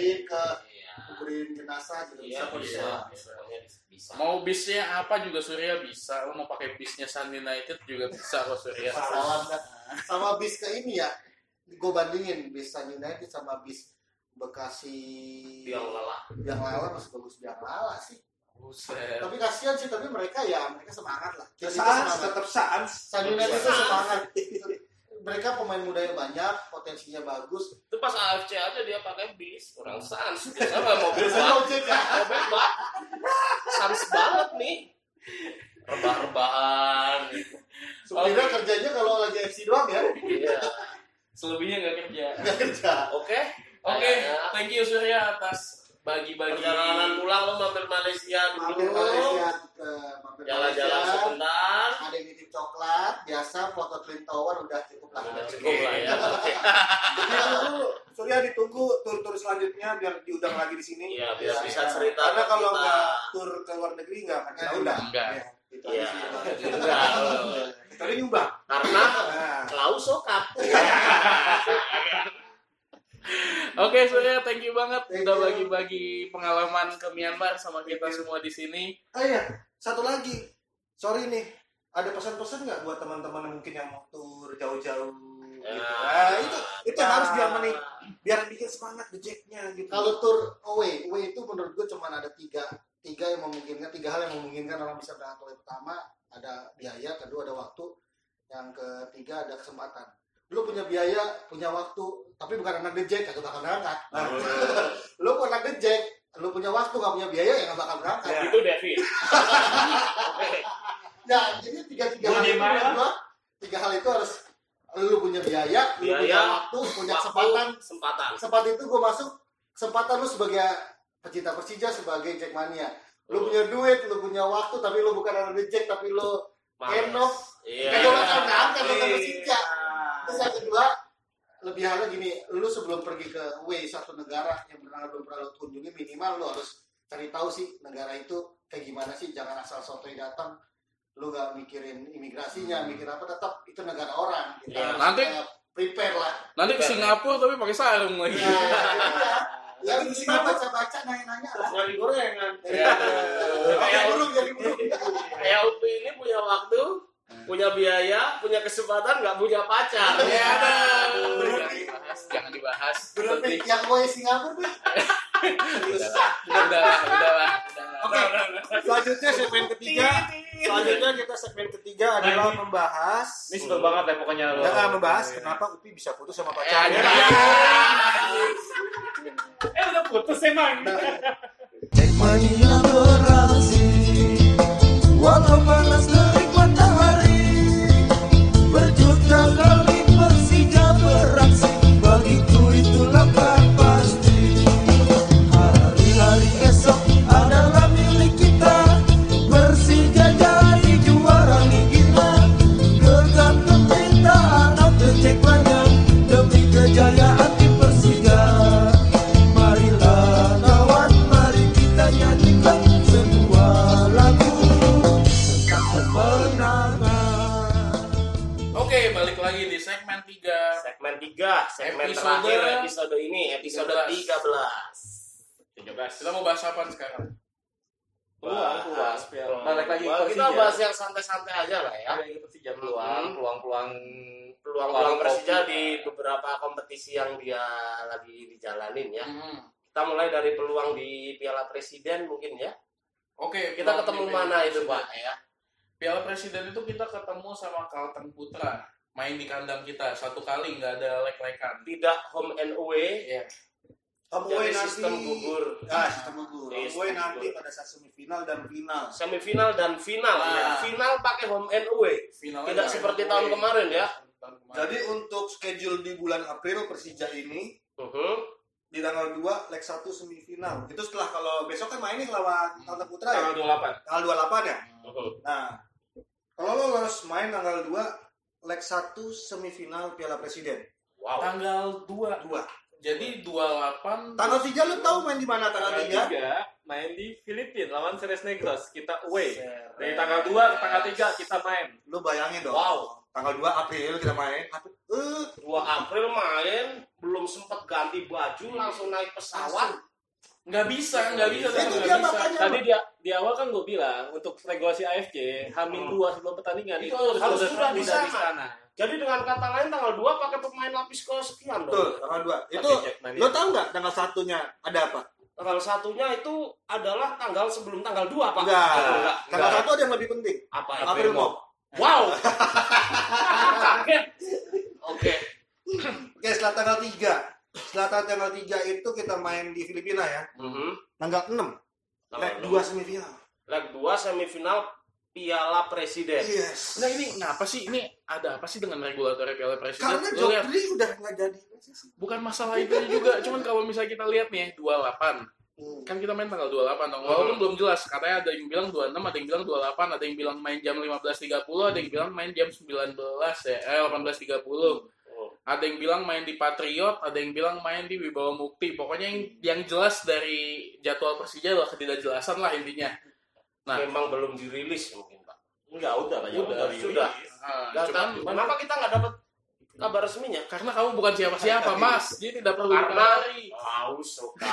kuburin jenazah juga Iya, bisa. bisa. Mau bisnya apa juga Surya bisa. Lo mau pakai bisnya Sun United juga bisa kok Surya. Salam dah. Sama bis ke ini ya, gue bandingin bis Sun United sama bis Bekasi Yang lelah. yang lala masih bagus Biang Lala sih. Buset. Tapi kasihan sih, tapi mereka semangat lah. Kita Sans, tetap sans. Sun United itu semangat. Mereka pemain mudanya banyak, potensinya bagus. Itu pas AFC aja dia pakai bis. Orang sans. Biasanya nggak mobil banget. Mobil banget. Sans banget nih. Rebah-rebahan. Supirnya kerjanya kalau lagi FC doang ya. Iya. Selebihnya nggak kerja. Nggak kerja. Oke. Oke, thank you Surya atas bagi-bagi Perjalanan pulang lo mampir Malaysia dulu. Mampir Malaysia. Jalan-jalan sebentar. Ada yang nitip coklat, biasa foto Twin Tower udah cukup lah. Udah cukup lah ya. Oke. Surya ditunggu tur-tur selanjutnya biar diundang lagi di sini. Iya, biar bisa cerita. Karena kalau kita. nggak tur ke luar negeri nggak akan kita undang. Enggak. Ya, gitu Iya. aja sih. Enggak. Kita udah nyumbang. Karena Nah. Klaus sokap. Oke Surya, thank you banget Thank udah you. bagi-bagi pengalaman ke Myanmar sama kita semua di sini. Oh iya, satu lagi. Sorry nih, ada pesan-pesan nggak buat teman-teman yang mungkin yang mau tur jauh-jauh? Gitu. Nah, itu harus biar bikin semangat the-jack-nya gitu. Kalau tour away itu menurut gue cuma ada tiga yang memungkinkan, 3 hal yang memungkinkan orang bisa berangkat away. Pertama ada biaya, kedua ada waktu, yang ketiga ada kesempatan. Lu punya biaya, punya waktu, tapi bukan anak dejek, kagak bakal berangkat. Lu bukan anak dejek, lu punya waktu, gak punya biaya, ya gak bakal berangkat. Ya. Itu David. Ya, jadi tiga hal itu menurut gua, 3 hal itu harus lu punya biaya, lu punya waktu, punya kesempatan. Sempat itu gue masuk, kesempatan lu sebagai pecinta Persija, sebagai Jackmania. Lu punya duit, lu punya waktu, tapi lu bukan ada Jack, tapi lu kenop. Kedolakan kan Persija. Terus yang kedua, lebih halnya gini, lu sebelum pergi ke satu negara yang belum pernah lu kunjungi, minimal lu harus cari tahu sih negara itu kayak gimana sih. Jangan asal sotoy datang, lu gak mikirin imigrasinya, mikir apa, tetap itu negara orang. Kita harus nanti prepare lah. Nanti ke Singapura tapi pakai sarung lagi. Ya minimal baca-baca, nanya-nanya lah. Nyari gorengan. Jadi burung. Kayak Upi ini punya waktu, punya biaya, punya kesempatan, nggak punya pacar. Jangan dibahas. Berarti yang gue Singapura tuh. Udahlah. Oke, selanjutnya kita segmen ketiga adalah membahas. Ini sebel banget ya pokoknya lo. Membahas kenapa Upi bisa putus sama pacarnya. Udah putus emang. Jackmania beraksi, walau panas terik matahari, berjuta kali Persija beraksi, bagiku itulah kan pasti. Hari-hari esok adalah milik kita, Persija jadi juara Liga. Gegap gempita anak Jackmania demi kejayaan tim Persija. Marilah kawan, mari kita nyanyikan sebuah lagu tentang kemenangan. Oke, balik lagi di segmen 3. Segmen terakhir episode ini, episode 13. Kita mau bahas apa sekarang? Balik lagi ke Kita Persija. bahas yang santai-santai aja lah ya. Persija peluang Peluang Persija di beberapa kompetisi yang dia lagi dijalanin ya. Kita mulai dari peluang di Piala Presiden mungkin ya. Oke, Kita ketemu mana itu Pak ya? Piala Presiden itu kita ketemu sama Kalteng Putra. Main di kandang kita satu kali, nggak ada lek-lekan. Tidak home and away. Iya. Jadi sistem gugur. Sistem gugur. Iya, Gue sistem nanti gugur. pada saat semifinal dan final. Semifinal dan final. Nah. Final pakai home and away. Finalnya Tidak nggak seperti ada tahun away. kemarin ya. Jadi untuk schedule di bulan April Persija ini di tanggal 2 leg 1 semifinal. Itu setelah kalau besok kan mainnya lawan Kalteng Putra ya. tanggal 28. Tanggal 28 ya. Nah, kalau lo lolos main tanggal 2 leg 1 semifinal Piala Presiden. Wow. Tanggal 2. Jadi 28. Tanggal 3 lu tahu main di mana tanggal 3? 3 main di Filipina lawan Ceres Negros. Kita away. Dari tanggal 2 ke tanggal 3 kita main. Lu bayangin dong. Wow. Tanggal 2 April kita main. 2 April main, belum sempat ganti baju langsung naik pesawat. Nggak bisa. Itu tetap dia nggak bisa. makanya. Tadi di awal kan gue bilang untuk regulasi AFC H-2 sebelum pertandingan Itu itu harus sudah di di sana. sana. Jadi dengan kata lain tanggal 2 pakai pemain lapis ke sekian Betul, dong. tanggal 2. Itu Pakai Jackmania. lo tahu nggak tanggal 1-nya ada apa? Tanggal 1-nya itu adalah tanggal sebelum tanggal 2 Pak. Enggak. Tanggal 1 ada yang lebih penting. Apa itu? April Mop. Wow. Kaget. Oke. Oke, setelah tanggal 3. Setelah tanggal 3 itu kita main di Filipina ya. Tanggal 6. Leg 2 semifinal. Leg 2 semifinal Piala Presiden. Yes. Nah ini ngapa sih? Ini ada apa sih dengan regulator Piala Presiden? Karena Lu lihat, Jokri udah nggak jadi. bukan masalah itu juga. Cuman kalau misalnya kita lihat nih 28. Kan kita main tanggal 28 dong. Walaupun belum jelas. Katanya ada yang bilang 26, ada yang bilang 28, ada yang bilang main jam 15.30, ada yang bilang main jam 19 ya, 18.30. Ada yang bilang main di Patriot, ada yang bilang main di Wibawa Mukti. Pokoknya yang jelas dari jadwal Persija adalah ketidakjelasan lah intinya. Nah, Memang belum dirilis mungkin Pak. Enggak, udah lah ya. Sudah. cuman Kenapa kita nggak dapat kabar resminya? karena kamu bukan siapa-siapa, Mas. Jadi tidak perlu Karena dikabari. suka.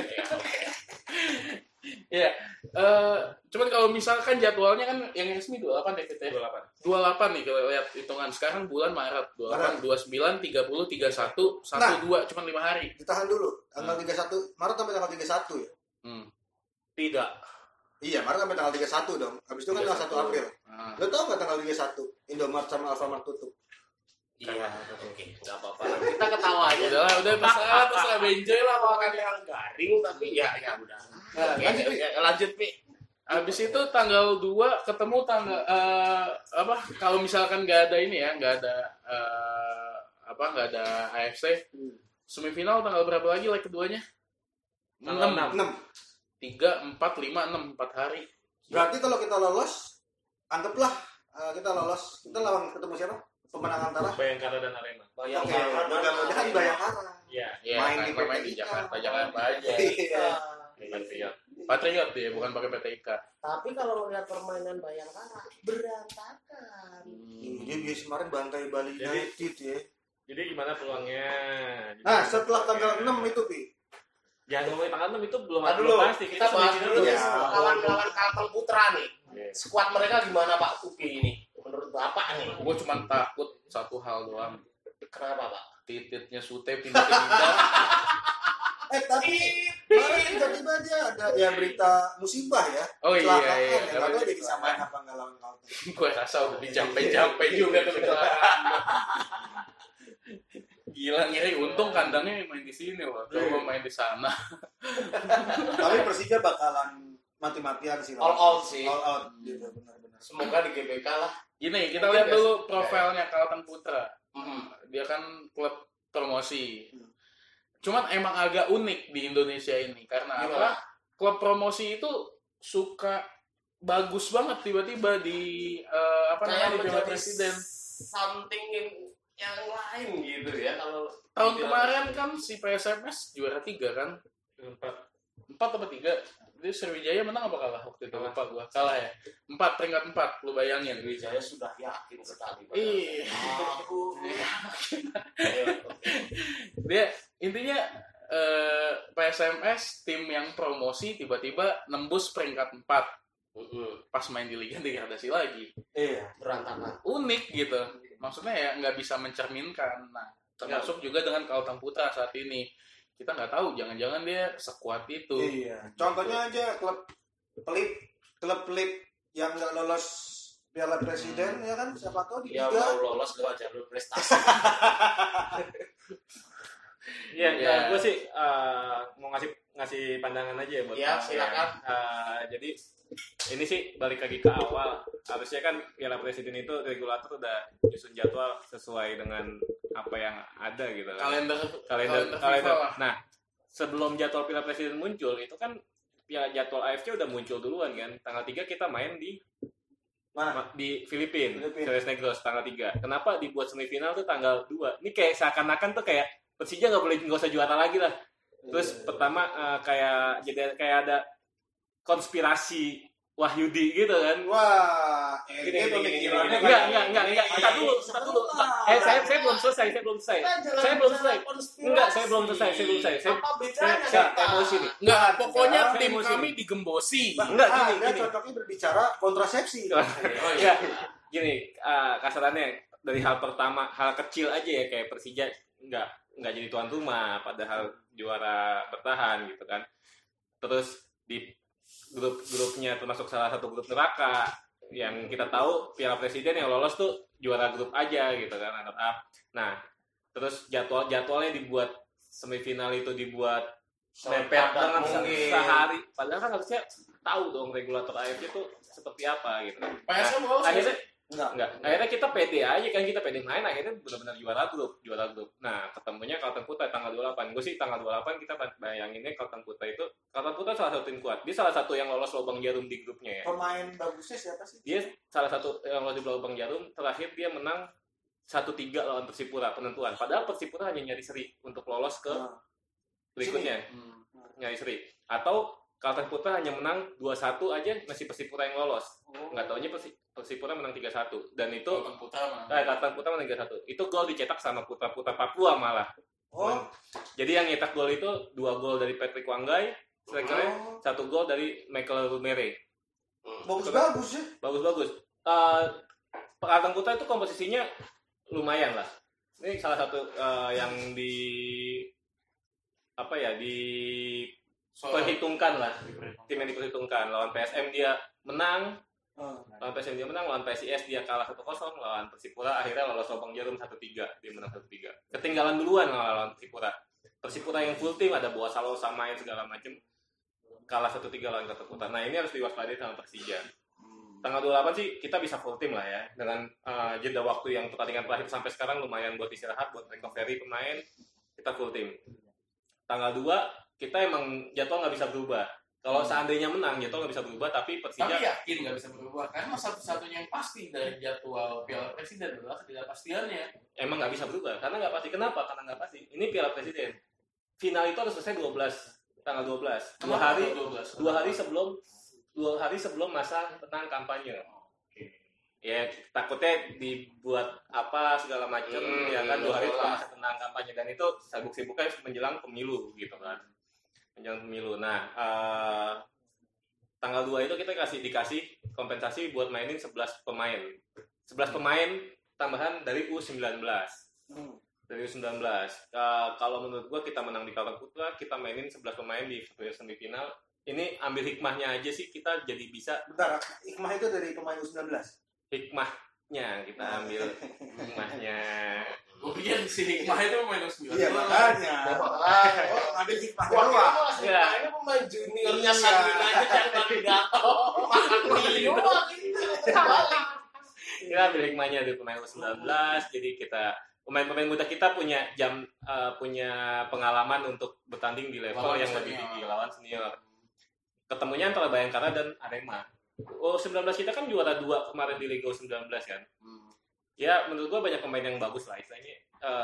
Ya, cuman kalau misalkan jadwalnya kan yang resmi 28 ya kita. 28 nih kalau lihat hitungan sekarang bulan Maret 28, 29, 30, 31, 12 cuman 5 hari. Ditahan dulu. Tanggal 31 Maret sampai tanggal 31 ya. Tidak. Iya, Maret sampai tanggal 31 dong. Habis itu kan tanggal 1 April. Nah, Lo tau nggak tanggal 31 Indomart sama Alfamart tutup? Iya, oke, nggak apa-apa. Kita ketawa aja. udah terserah benjoy lah Makan yang garing tapi ya udah. Nah, Oke, lanjut Pi. Habis itu tanggal 2 ketemu tanggal kalau misalkan nggak ada ini ya, nggak ada nggak ada AFC. Semifinal tanggal berapa lagi leg keduanya? 6. 3, 4, 5, 6 4 hari. Berarti kalau kita lolos, anggaplah kita lolos, kita lawan ketemu siapa? Pemenang antara Bayangkara dan Arema. Bayangkara. mudah-mudahan Bayangkara. Iya. Iya, Main di main PT di IKA. Jakarta aja. Iya. Patriot dia, bukan pakai PT IKA. Tapi kalau melihat permainan Bayangkara berantakan. Dia biasa kemarin bantai Bali United ya. Jadi gimana peluangnya? Nah, setelah tanggal 6 itu, Pi. Jangan ngomongin tanggal 6 itu belum Nah, dulu pasti. kita bahas dulu ya. melawan Kalteng Putra nih. Iya. Skuad mereka gimana Pak Upi ini? Menurut Bapak nih. Gue cuma takut satu hal doang. Kenapa Pak? Tititnya Sute pindah-pindah. Tapi kemarin tiba-tiba dia ada ya berita musibah ya. Oh iya, Kecelakaan iya. ya. Nggak tahu dia disamain apa nggak lawan Kalteng. Gue rasa udah dijampe-jampe juga tuh kecelakaan. Gila ngiri, untung kandangnya main di sini loh. Coba main di sana. Tapi Persija bakalan mati-matian sih. All out sih. All out gitu, benar-benar. Semoga di GBK lah. Gini, kita lihat dulu profilnya Kalteng Putra. Hmm. Dia kan klub promosi. Cuman emang agak unik di Indonesia ini karena Gimana? apa? Klub promosi itu suka bagus banget tiba-tiba di Kayak di Piala menjadi Presiden. something yang lain gitu ya kalau Tahun kemarin kan si PSMS juara 3 kan? 4 apa 3? Jadi Sriwijaya menang apa kalah waktu itu? Lupa gua. Kalah ya. 4 peringkat 4, lu bayangin. Sriwijaya sudah yakin sekali. Iya. Aku. Dia intinya PSMS tim yang promosi tiba-tiba nembus peringkat 4 pas main di Liga degradasi lagi. Iya. Berantakan. Unik gitu. Maksudnya ya nggak bisa mencerminkan. Nah, termasuk juga dengan Kalteng Putra saat ini. Kita nggak tahu, jangan-jangan dia sekuat itu. Iya. Contohnya aja klub pelit yang nggak lolos Piala Presiden ya kan, siapa tahu di Dia Liga. mau lolos lewat jalur prestasi. Iya, Ya. gue sih mau ngasih pandangan aja ya buat Iya, Mas. silakan. Jadi ini sih balik lagi ke awal. Harusnya kan Piala Presiden itu regulator udah nyusun jadwal sesuai dengan apa yang ada gitu kan. Kalender FIFA Kalender. lah. Nah, sebelum jadwal Piala Presiden muncul itu kan ya jadwal AFC udah muncul duluan kan. Tanggal 3 kita main di Filipina, Tres Negros tanggal 3. Kenapa dibuat semifinal tuh tanggal 2? Ini kayak seakan-akan tuh kayak Persija nggak usah juara lagi lah. Terus pertama kayak ada konspirasi Wahyudi gitu kan. Wah, Gini. pemikirannya Enggak. Entar dulu. Saya belum selesai. Saya belum selesai. Apa bedanya? Saya emosi nih. Enggak, pokoknya Saya tim emosi. kami digembosi. Enggak, Dia gini. cocoknya berbicara kontrasepsi. Ya, gini, kasarannya dari hal pertama, hal kecil aja ya kayak Persija nggak jadi tuan rumah, padahal juara bertahan gitu kan. Terus di grupnya termasuk salah satu grup neraka yang kita tahu Piala Presiden yang lolos tuh juara grup aja gitu kan, runner up. Nah, terus jadwalnya dibuat semifinal itu dibuat mepet banget sehari. Padahal kan harusnya tahu dong regulator AFC itu seperti apa gitu. PSM lolos Akhirnya Enggak. Akhirnya kita pede aja kan, kita pede main, akhirnya benar-benar juara grup. Nah, ketemunya Kalteng Putra tanggal 28. Gue sih tanggal 28 kita bayanginnya Kalteng Putra salah satu tim kuat. Dia salah satu yang lolos lubang jarum di grupnya ya. Pemain bagusnya siapa sih? Dia salah satu yang lolos di lubang jarum, terakhir dia menang 1-3 lawan Persipura penentuan. Padahal Persipura hanya nyari seri untuk lolos ke berikutnya. Nyari seri. Atau Kalteng Putra hanya menang 2-1 aja masih Persipura yang lolos. Nggak taunya Persipura menang 3-1 dan itu Kalteng Putra menang 3-1. Itu gol dicetak sama Putra Papua malah. Oh, Jadi yang nyetak gol itu 2 gol dari Patrick Wanggai, strikernya 1 gol dari Michael Rumere. bagus ya. Bagus. Kalteng Putra itu komposisinya lumayan lah. Ini salah satu yang diperhitungkan lah. Tim yang diperhitungkan. Lawan PSM dia menang. Lawan PSIS dia kalah 1-0. Lawan Persipura akhirnya lolos lubang jarum 1-3. Dia menang 1-3. Ketinggalan duluan lawan Persipura. Persipura yang full tim ada Boa Salo samain segala macam. Kalah 1-3 lawan Kalteng Putra. Nah ini harus diwaspadai sama Persija. Tanggal 28 sih kita bisa full tim lah ya, dengan jeda waktu yang pertandingan terakhir sampai sekarang lumayan buat istirahat, buat recovery pemain, kita full tim. Tanggal 2 kita emang jadwal nggak bisa berubah. Kalau seandainya menang, jadwal nggak bisa berubah, tapi Persija... Tapi yakin nggak bisa berubah, karena satu-satunya yang pasti dari jadwal Piala Presiden adalah ketidakpastiannya. Emang nggak bisa berubah, karena nggak pasti. Kenapa? Karena nggak pasti. Ini Piala Presiden. Final itu harus selesai tanggal 12. Dua hari sebelum masa tenang kampanye. Ya takutnya dibuat apa segala macam, ya kan 2 hari setelah masa tenang kampanye, dan itu sibuk-sibuknya menjelang pemilu gitu kan. Menjelang pemilu. Nah, tanggal 2 itu kita dikasih kompensasi buat mainin 11 pemain. 11 pemain tambahan dari U19. Dari U19. Kalau menurut gua kita menang di Kawah Putra, kita mainin 11 pemain di semifinal. Ini ambil hikmahnya aja sih, kita jadi bisa. Bentar, hikmah itu dari pemain U19. Hikmahnya kita ambil hikmahnya. Gue pikir si hikmah itu pemain U19. Iya, makanya. Ambil hikmah Wah, doang. ini pemain juniornya Sabina aja yang tadi datang makan mie doang gitu. Kita ambil hikmahnya dari pemain U19, jadi pemain-pemain muda kita punya punya pengalaman untuk bertanding di level yang lebih tinggi, lawan senior. Ketemunya antara Bayangkara dan Arema. U19 kita kan juara 2 kemarin di Liga U19 kan. Ya menurut gua banyak pemain yang bagus lah, istilahnya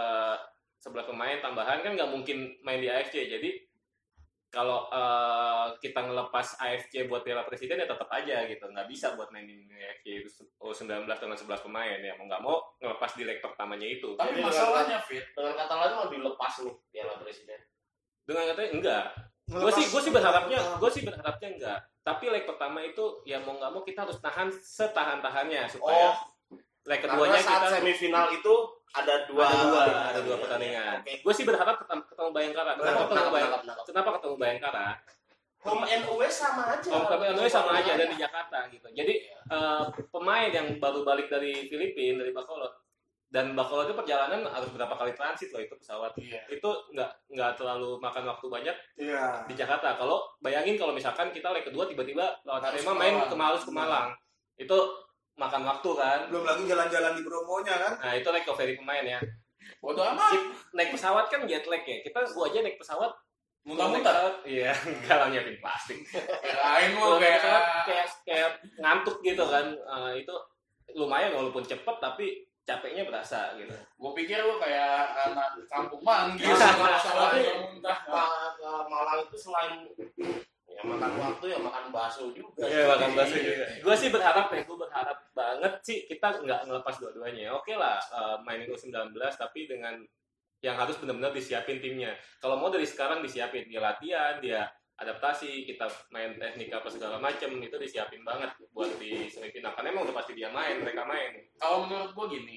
11 pemain tambahan kan nggak mungkin main di AFC, jadi kalau kita ngelepas AFC buat Piala Presiden ya tetap aja gitu, nggak bisa buat main di AFC U19 dengan 11 pemain, ya mau nggak mau ngelepas di leg pertamanya itu. Tapi Jadi masalahnya Fit, dengan kata lain mau dilepas nih Piala Presiden. Dengan katanya enggak. Gue sih berharapnya enggak. Tapi leg pertama itu ya mau nggak mau kita harus tahan setahan-tahannya supaya leg keduanya saat kita semifinal itu ada dua pertandingan. Okay. Gue sih berharap ketemu Bayangkara. Kenapa ketemu Bayangkara? Home and away sama aja. Sama aja dan di Jakarta gitu. Jadi pemain yang baru balik dari Filipina, dari Bacolod, dan Bacolod itu perjalanan harus berapa kali transit loh itu pesawat. Itu nggak terlalu makan waktu banyak di Jakarta. Kalau bayangin kalau misalkan kita leg kedua tiba-tiba lawan Arema main ke Malang, itu makan waktu kan. Belum lagi jalan-jalan di Bromonya kan. Nah itu recovery pemain ya. Bodoh amat. Naik pesawat kan jet lag ya. Gua aja naik pesawat muntah-muntah. Iya, kalau nyiapin plastik. Kirain gua kayak ngantuk gitu kan. Itu lumayan walaupun cepet tapi capeknya berasa gitu. Gue pikir lu kayak anak kampung manggil Tapi muntah. Malang itu selain ya makan waktu ya makan bakso juga. Iya, makan bakso juga. Gue sih berharap banget sih kita nggak ngelepas dua-duanya. Oke lah, mainin U19 tapi dengan yang harus benar-benar disiapin timnya. Kalau mau dari sekarang disiapin, dia latihan, dia adaptasi, kita main teknik apa segala macam itu disiapin banget buat di semifinal. Karena emang udah pasti mereka main. Kalau menurut gue gini,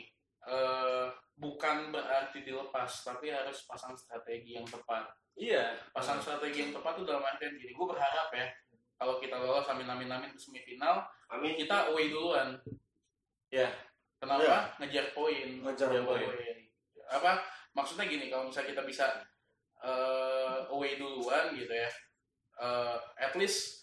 bukan berarti dilepas, tapi harus pasang strategi yang tepat. Iya. Pasang strategi yang tepat itu dalam artian gini, gue berharap ya, kalau kita lolos amin ke semifinal, kita away duluan. Ya. Kenapa? Ngejar poin. Apa? Maksudnya gini, kalau misalnya kita bisa away duluan gitu ya, at least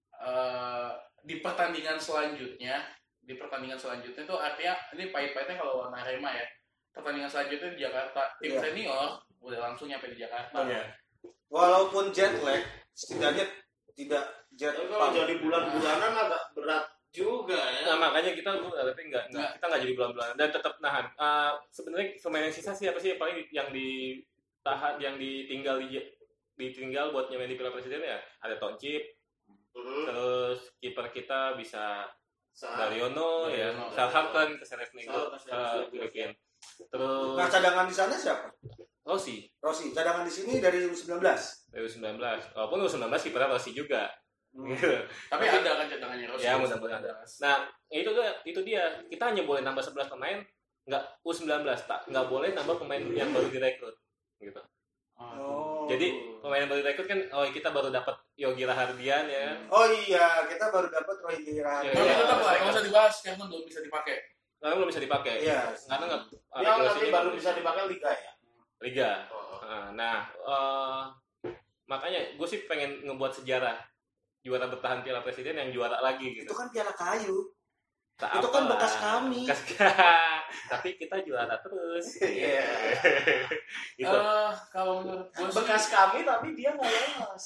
di pertandingan selanjutnya itu artinya ini pahit-pahitnya kalau lawan Arema ya, pertandingan selanjutnya di Jakarta, tim senior udah langsung nyampe di Jakarta. Walaupun jet lag, setidaknya tidak jet lag. Kalau jadi bulan-bulanan agak berat juga ya. Nah makanya kita nggak jadi bulan-bulanan dan tetap nahan. Sebenarnya pemain yang sisa siapa sih paling yang ditahan, yang ditinggal buat nyamain di Piala Presiden ya? Ada Toncip, terus kiper kita bisa Daryono ya, Southampton ke Senesnego ke Filipina. Terus Nah cadangan di sana siapa? Rossi. Cadangan di sini dari U19. Walaupun U19 kipernya Rossi juga. Tapi ada kan cadangannya Rossi. Ya mudah-mudahan ada. Nah itu dia. Kita hanya boleh nambah 11 pemain, nggak U19 nggak boleh nambah pemain yang baru direkrut gitu. Jadi pemain yang baru direkrut kan, kita baru dapat Yogi Rahardian ya. Oh iya, kita baru dapat Yogi Rahardian. Tapi tetap lah, nggak usah dibahas karena belum bisa dipakai. Iya. Karena nggak. Yang nanti baru bisa dipakai Liga. Nah, makanya gue sih pengen ngebuat sejarah juara bertahan Piala Presiden yang juara lagi gitu. Itu kan piala kayu. Itu kan bekas kami. Tapi kita juara terus. Iya. Gitu. Kalau menurut gue Bekas kami tapi dia nggak lolos.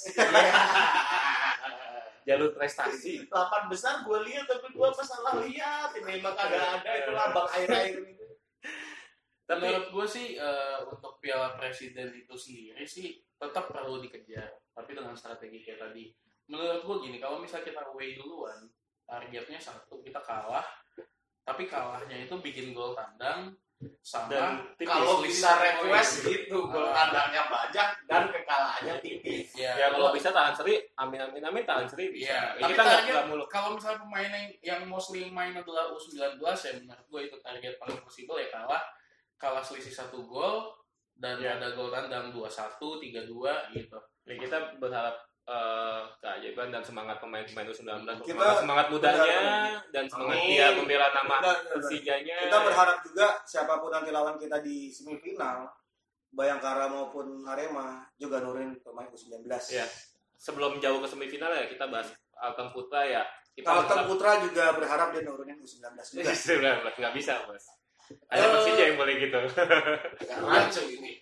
Jalur prestasi. 8 besar gue lihat tapi gue salah lihat. Ini emang kagak ada itu lambang air-air itu. Tapi menurut gue sih untuk Piala Presiden itu sendiri sih tetap perlu dikejar, tapi dengan strategi kayak tadi. Menurut gue gini, kalau misalnya kita away duluan, targetnya 1 kita kalah, tapi kalahnya itu bikin gol tandang sama kalau bisa request gitu gol tandangnya banyak dan kekalahannya tipis. Ya, kalau bisa tahan seri, amin tahan seri bisa. Ya, Tapi kita nggak muluk. kalau misalnya pemain yang mostly main adalah U19 ya menurut gue itu target paling possible ya kalah selisih 1 gol dan ada gol tandang 2-1, 3-2 gitu. Ya, kita berharap keajaiban dan semangat pemain-pemain U19, Kita semangat mudanya dan semangat dia membela nama Persijanya. Kita berharap juga siapapun nanti lawan kita di semifinal, Bayangkara maupun Arema juga nurin pemain U19. Ya. Sebelum jauh ke semifinal ya kita bahas Altem Putra ya. Altem Putra juga berharap dia nurunin U19 juga. Nggak bisa, Bos. Ada Persija yang boleh gitu. Rancu ini.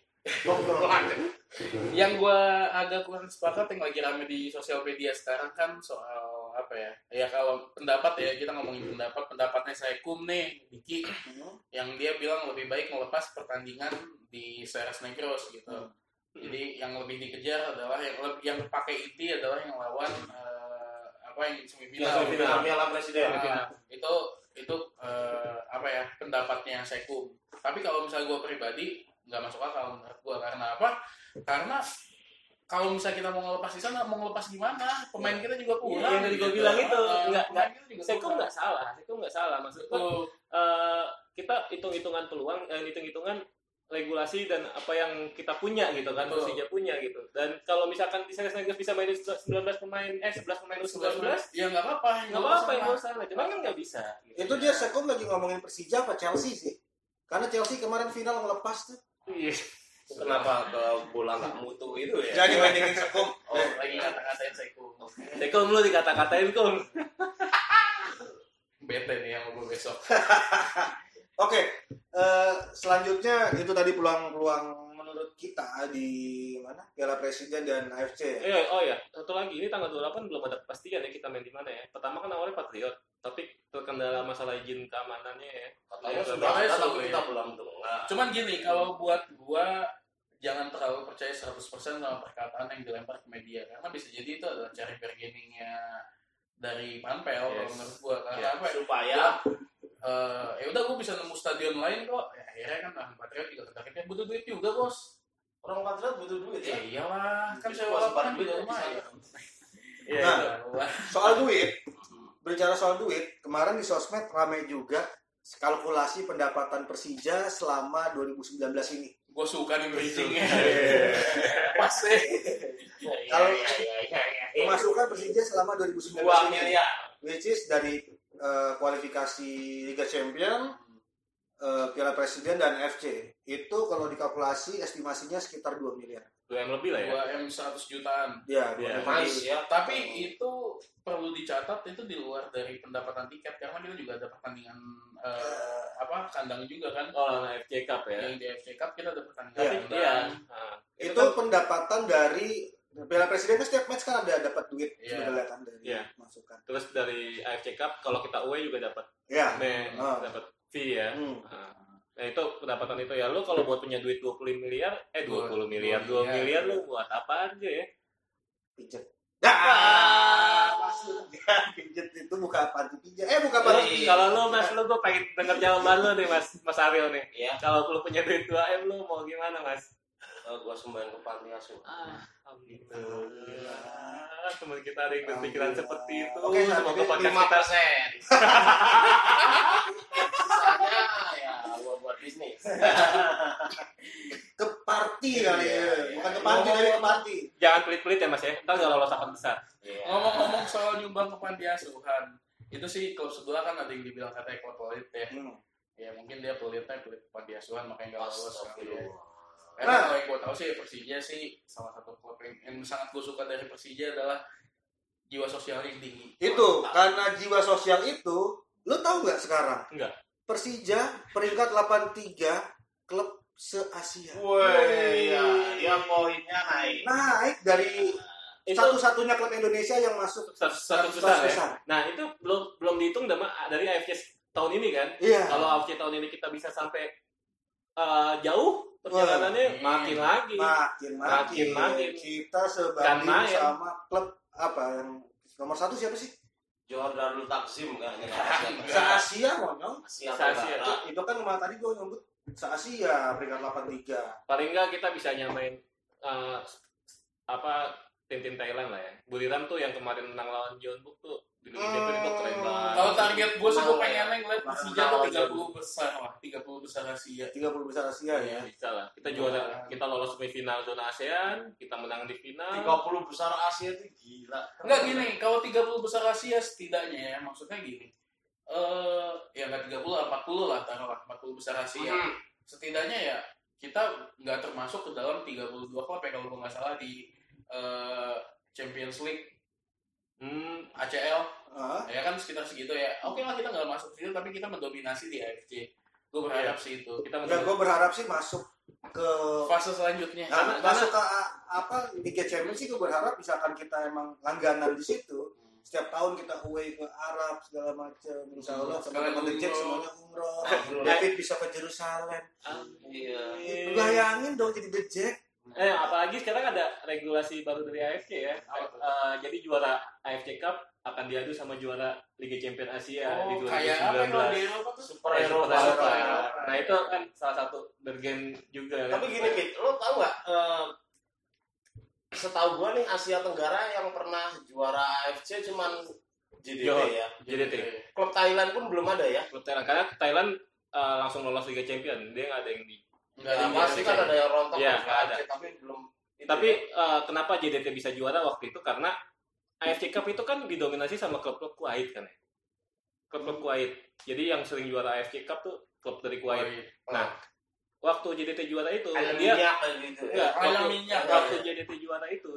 Yang gue agak kurang sepakat yang lagi rame di sosial media sekarang kan soal apa ya? Ya kalau pendapat ya kita ngomongin pendapatnya Saikum nih, Diki, yang dia bilang lebih baik melepas pertandingan di Ceres Negros gitu. Jadi yang lebih dikejar adalah yang pakai inti adalah yang lawan yang semifinal. Piala Presiden. Itu apa ya pendapatnya Saikum. Tapi kalau misalnya gue pribadi nggak masuk akal menurut gue. Karena apa? Karena kalau misalnya kita mau ngelepas di sana, mau ngelepas gimana? Pemain kita juga kurang. Yang tadi gue bilang itu Saikum nggak salah. Maksudnya kita hitung-hitungan peluang, hitung-hitungan regulasi dan apa yang kita punya gitu kan, Persija punya gitu. Dan kalau misalkan di Ceres Negros bisa main 11 pemain U19, ya nggak apa-apa yang salah. Cuman kan nggak bisa. Gitu. Itu dia Saikum lagi ngomongin Persija apa Chelsea sih? Karena Chelsea kemarin final ngelepas tuh. Iya. Kenapa ke bola nggak mutu itu ya? Jadi bandingin Saikum. Lagi kata-katain Saikum. Saikum lu dikata-katain Kum. Bete nih yang mau besok. Oke, selanjutnya itu tadi peluang-peluang menurut kita di mana Piala Presiden dan AFC. Oh ya, satu lagi ini tanggal 28 belum ada kepastian ya kita main di mana ya. Pertama kan awalnya Patriot, tapi terkendala masalah izin keamanannya ya. Katanya sudah ada tapi kita belum dengar. Cuman gini, kalau buat gua jangan terlalu percaya 100% sama perkataan yang dilempar ke media karena bisa jadi itu adalah cari bargainingnya dari Panpel kalau menurut gua. Karena apa? Supaya ya udah gue bisa nemu stadion lain kok. Ya, akhirnya kan orang Patriot juga ketariknya butuh duit juga bos. Orang Patriot butuh duit ya. Iyalah kan sewa kan juga lumayan. Soal duit, berbicara soal duit, kemarin di sosmed ramai juga kalkulasi pendapatan Persija selama 2019 ini. Gue suka nih bridgingnya. Pas sih. Kalau pemasukan Persija selama 2019 ini, which is dari kualifikasi Liga Champion, Piala Presiden dan FC itu kalau dikalkulasi estimasinya sekitar 2 miliar. 2M lebih lah ya. 2M 100 jutaan. Ya. Tapi itu perlu dicatat itu di luar dari pendapatan tiket karena kita juga ada pertandingan kandang juga kan. FC Cup ya. Yang di FC Cup kita ada pertandingan kandang. Itu pendapatan dari Piala Presiden kan setiap match kan ada dapat duit sudah kan dari masukan. Terus dari AFC Cup kalau kita away juga dapat. Dapat fee ya. Nah itu pendapatan itu ya. Lu kalau buat punya duit 20 miliar lu buat apa aja ya? Pijet. Maksudnya pijet itu bukan panti pijat. Bukan panti. Kalau lu gue pengen denger jawaban lu nih Mas Ariel nih. Kalau lu punya duit 2M lu mau gimana Mas? Gua sumbang ke panti asuhan. Alhamdulillah. Teman kita ada yang berpikiran seperti itu. Oke, semoga podcast 5%. Sisanya ya gua buat bisnis. Ke party kali ya. Bukan ke panti tapi ke party. Jangan pelit-pelit ya Mas ya. Entar enggak lolos 8 besar. Ngomong-ngomong soal nyumbang ke panti asuhan, itu sih klub sebelah kan ada yang dibilang katanya klub pelit ya. Ya mungkin dia pelitnya pelit panti asuhan makanya enggak lolos. Karena kalau yang gue tahu sih Persija sih salah satu klub yang sangat gue suka dari Persija adalah jiwa sosial yang tinggi. Itu karena jiwa sosial itu Lo tahu nggak sekarang? Enggak. Persija peringkat 83 klub se-Asia. Woi, ya poinnya Naik dari Itu satu-satunya klub Indonesia yang masuk satu besar ya. Nah, itu belum dihitung dari AFC tahun ini kan. Iya. Kalau AFC tahun ini kita bisa sampai jauh perjalanannya makin lagi. Makin. Kita sebanding sama klub apa yang nomor 1 siapa sih? Jordanul Taksim kan. Se-Asia monyong. Se-Asia. Itu kan kemarin tadi gue nyebut se-Asia peringkat 83. Paling enggak kita bisa nyamain tim-tim Thailand lah ya. Buriram tuh yang kemarin menang lawan Jeonbuk tuh di Liga Champions itu keren banget. Kalau target gue sih gue pengennya ngeliat Persija tuh 30 besar lah, 30 besar Asia. 30 besar Asia ya. Bisa lah. Kita juara, kita lolos semifinal zona ASEAN, kita menang di final. 30 besar Asia itu gila. Enggak gini, kalau 30 besar Asia setidaknya ya, maksudnya gini. Ya enggak 30 lah, 40 lah taruhlah, 40 besar Asia. Setidaknya ya kita nggak termasuk ke dalam 32 klub ya kalau gue nggak salah di Champions League, ACL, ya kan sekitar segitu ya. Oke lah kita nggak masuk situ, tapi kita mendominasi di AFC. Gue berharap sih itu. Gue berharap sih masuk ke fase selanjutnya. Masuk ke Liga Champions sih gue berharap misalkan kita emang langganan di situ. Setiap tahun kita away ke Arab segala macam. Insya Allah teman-teman The Jack semuanya umroh. David bisa ke Jerusalem. Iya. Bayangin dong jadi The Jack. Apalagi sekarang ada regulasi baru dari AFC ya. Jadi juara AFC Cup akan diadu sama juara Liga Champions Asia di 2019. Kayak apa kalau di Eropa tuh? Super Eropa. Nah itu kan salah satu bergen juga. Tapi gini Pit, lo tau nggak? Setahu gua nih Asia Tenggara yang pernah juara AFC cuman JDT ya. JDT. Klub Thailand pun belum ada ya. Klub Thailand karena Thailand langsung lolos Liga Champions. Dia nggak ada yang di. Pasti kan ada yang rontok. Iya, nggak ada. Tapi belum. Tapi kenapa JDT bisa juara waktu itu? Karena AFC Cup itu kan didominasi sama klub-klub Kuwait kan ya. Klub-klub Kuwait. Jadi yang sering juara AFC Cup tuh klub dari Kuwait. Nah, waktu JDT juara itu dia waktu JDT juara itu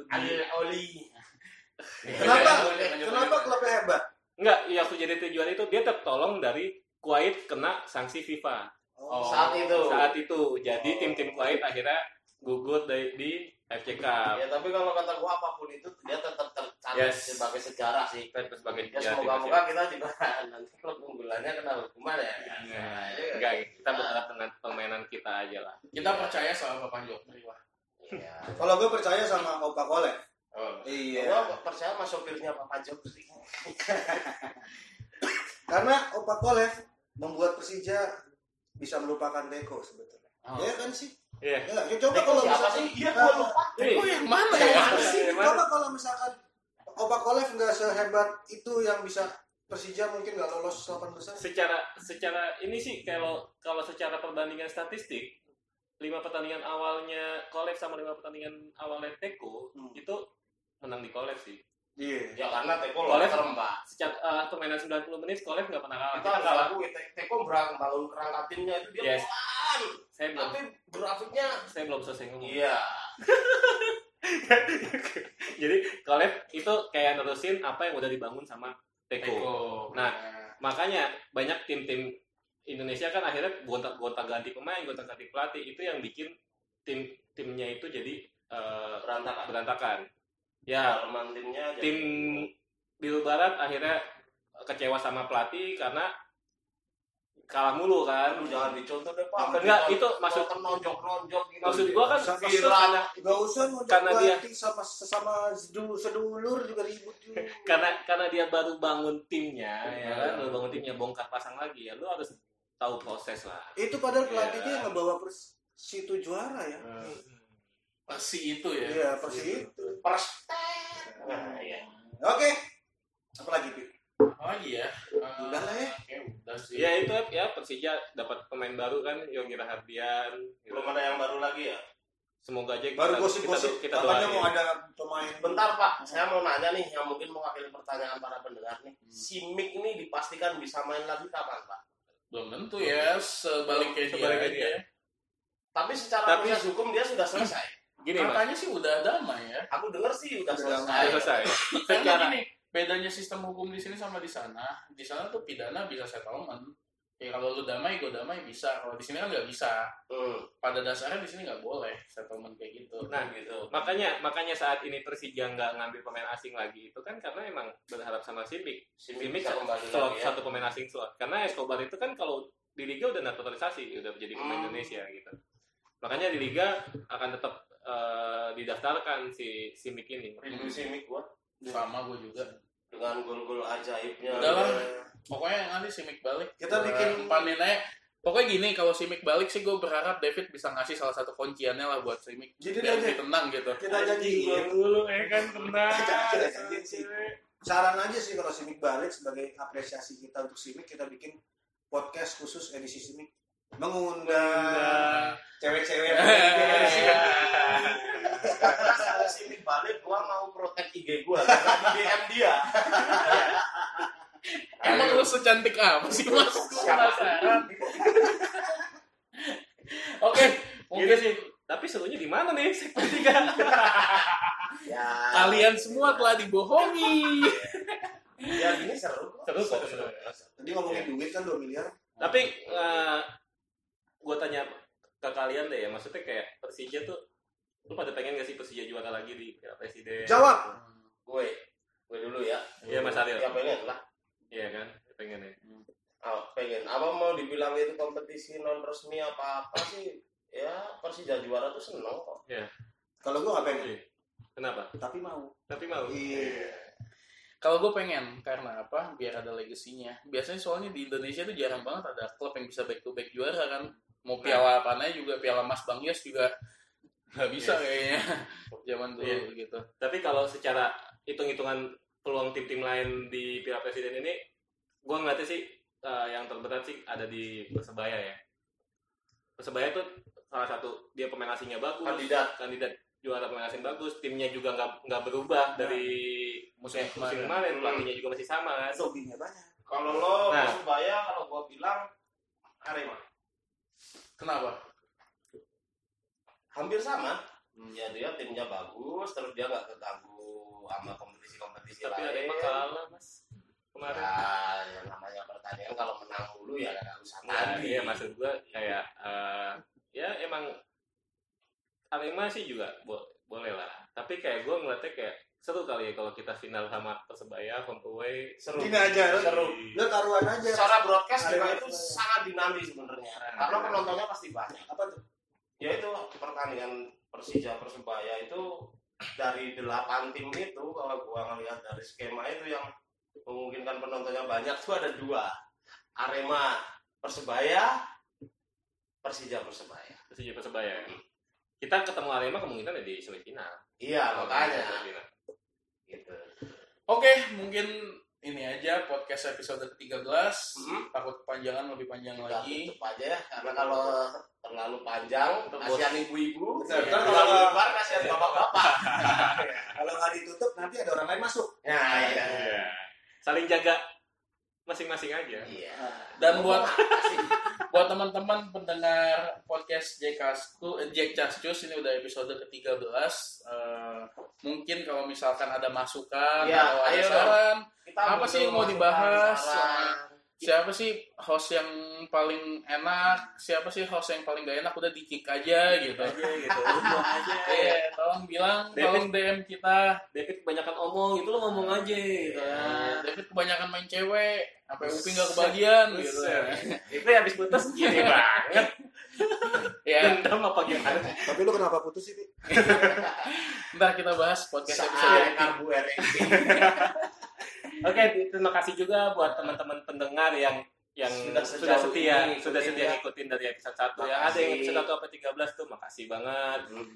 Kenapa klubnya hebat? Enggak, waktu JDT juara itu dia tertolong dari Kuwait kena sanksi FIFA. Saat itu. Jadi tim-tim Kuwait akhirnya gugur di AFC Cup. Ya tapi kalau kata gua apapun itu dia tetap tercatat sebagai sejarah sih. Sebagai semoga kita juga nanti klub unggulannya kena hukuman ya. Enggak, kita berharap dengan permainan kita aja lah. Kita percaya sama Bapak Jokri lah. Iya. Kalau gue percaya sama Opa Kolek. Iya. Gua percaya sama sopirnya Bapak Jokri. Karena Opa Kolek membuat Persija bisa melupakan Teko sebetulnya. Iya kan sih? Iya. Coba kalau misalkan Teko yang mana ya? Coba kalau misalkan Opa Kolek nggak sehebat itu yang bisa Persija mungkin nggak lolos 8 besar. Secara ini sih kalau secara perbandingan statistik 5 pertandingan awalnya Kolek sama 5 pertandingan awalnya Teko itu menang di Kolek sih. Iya. Ya karena Teko loter Mbak. Secara permainan 90 menit Kolek nggak pernah kalah. Kita nggak laku Teko bangun kerangka timnya itu dia pelan. Tapi grafiknya saya belum selesai ngomong. Iya. Jadi Kolek itu kayak nerusin apa yang udah dibangun sama Teko. Nah, makanya banyak tim-tim Indonesia kan akhirnya gonta-ganti pemain, gonta-ganti pelatih, itu yang bikin timnya itu jadi berantakan. Ya, timnya tim Biru Barat akhirnya kecewa sama pelatih karena kalah mulu kan. Jangan dicontoh deh Pak. Enggak, itu maksud nonjok gitu. Maksud gua kan enggak usah karena dia sama sedulur juga ribut juga. Karena dia baru bangun timnya ya kan, baru bangun timnya bongkar pasang lagi ya, lu harus tahu proses lah. Itu padahal pelatihnya yang ngebawa Persitu juara ya. Persi itu ya. Iya, Persi itu. Iya. Oke. Apa lagi, Pi? Ya. Udah lah ya. Udah sih. Ya itu ya Persija dapat pemain baru kan, Yogi Rahardian. Belum ada yang baru lagi ya? Semoga aja baru gosip-gosip kita katanya doain. mau ada pemain. Bentar Pak, saya mau nanya nih yang mungkin mewakili pertanyaan para pendengar nih. Si Mik ini dipastikan bisa main lagi kapan Pak? Belum tentu ya, sebaliknya dia. Tapi secara proses hukum dia sudah selesai. Gini, katanya sih udah damai ya. Aku dengar sih udah selesai. Karena gini, bedanya sistem hukum di sini sama di sana tuh pidana bisa settlement. Ya kalau lu damai, gue damai bisa. Kalau di sini kan nggak bisa. Pada dasarnya di sini nggak boleh settlement kayak gitu. Nah, gitu. Makanya saat ini Persija nggak ngambil pemain asing lagi itu kan karena emang berharap sama Simic satu pemain asing slot. Karena Escobar itu kan kalau di liga udah naturalisasi, udah menjadi pemain Indonesia gitu. Makanya di liga akan tetap didaftarkan si Simic ini. Rindu Simic gua. Sama gue juga. Dengan gol-gol ajaibnya. Udahlah. Pokoknya nanti Simic balik. Kita bikin panen aja. Pokoknya gini, kalau Simic balik sih gue berharap David bisa ngasih salah satu kunciannya lah buat Simic. Jadi biar lebih tenang gitu. Kita janjiin dulu kan tenang. Kita janjiin sih. Saran aja sih kalau Simic balik sebagai apresiasi kita untuk Simic, kita bikin podcast khusus edisi Simic. Mengundang cewek-cewek Karena kalau Simic balik, gua mau protek IG gua karena di DM dia. Emang lu secantik apa sih Mas? Penasaran. Oke, mungkin sih. Tapi serunya di mana nih segmen 3? Ya. Kalian semua telah dibohongi. Ya ini seru. Seru. Tadi ngomongin duit kan 2 miliar. Tapi gue tanya ke kalian deh ya, maksudnya kayak Persija tuh, lu pada pengen gak sih Persija juara lagi di Piala Presiden? Jawab. Gue dulu ya. Iya Mas Ariel. Ya pengen lah. Iya kan, pengen ya. Pengen. Apa mau dibilang itu kompetisi non resmi apa sih? Ya Persija juara tuh seneng kok. Iya. Kalau gue nggak pengen. Kenapa? Tapi mau. Iya. Kalau gue pengen, karena apa? Biar ada legasinya. Biasanya soalnya di Indonesia tuh jarang banget ada klub yang bisa back to back juara kan. Mau piala apanya juga, piala Mas Bang Yos juga nggak bisa kayaknya. Zaman dulu gitu. Tapi kalau secara hitung-hitungan peluang tim-tim lain di Piala Presiden ini, gue ngeliatnya sih yang terberat sih ada di Persebaya ya. Persebaya tuh salah satu, dia pemain asingnya bagus, kandidat juara pemain asing bagus, timnya juga nggak berubah dari musim kemarin, pelatihnya juga masih sama kan. Zombie-nya banyak. Kalau lo Persebaya, kalau gua bilang Arema. Kenapa? Hampir sama. Ya dia timnya bagus, terus dia nggak keganggu sama kompetisi-kompetisi Tapi lain. Arema kalah Mas kemarin. Ya, yang namanya pertandingan kalau menang dulu ya nggak usah tadi. Iya, maksud gua kayak ya emang Arema sih juga boleh lah. Tapi kayak gua ngeliatnya kayak seru kali ya kalau kita final sama Persebaya home away. Seru. Gini aja, seru. Lo taruhan aja. Secara broadcast juga itu sangat dinamis sebenarnya. Karena penontonnya pasti banyak. Apa tuh? Ya itu pertandingan Persija Persebaya itu dari 8 tim itu, kalau gua ngelihat dari skema itu yang memungkinkan penontonnya banyak tuh ada 2. Arema Persebaya, Persija Persebaya. Persija Persebaya. Kita ketemu Arema kemungkinan ya di semifinal. Iya, makanya. Gitu. Oke, mungkin ini aja podcast episode ke-13. Takut kepanjangan, lebih panjang lagi. Tutup aja ya, karena kalau terlalu panjang kasihan ibu-ibu, Benar. terlalu lebar kasihan bapak-bapak. Kalau nggak ditutup nanti ada orang lain masuk. Nah, iya. Saling jaga masing-masing aja. Iya. Dan buat teman-teman pendengar podcast Jack Cascus, ini udah episode ke-13. Mungkin kalau misalkan ada masukan atau ada saran, apa sih yang mau dibahas? Siapa sih host yang paling enak? Siapa sih host yang paling gak enak? Udah di-kick aja gitu. Tolong bilang, tolong DM kita. David kebanyakan omong, itu lo ngomong aja gitu. David kebanyakan main cewek, sampai Upi gak kebagian gitu. Itu habis putus gini banget. Ya, Dendam apa gimana? Tapi lu kenapa putus sih, Pi? ntar kita bahas podcast episode Saya karbu RNG. Oke, terima kasih juga buat teman-teman pendengar yang sudah setia ngikutin dari episode 1 ya. Ada yang episode 1 sampai 13 tuh, makasih banget.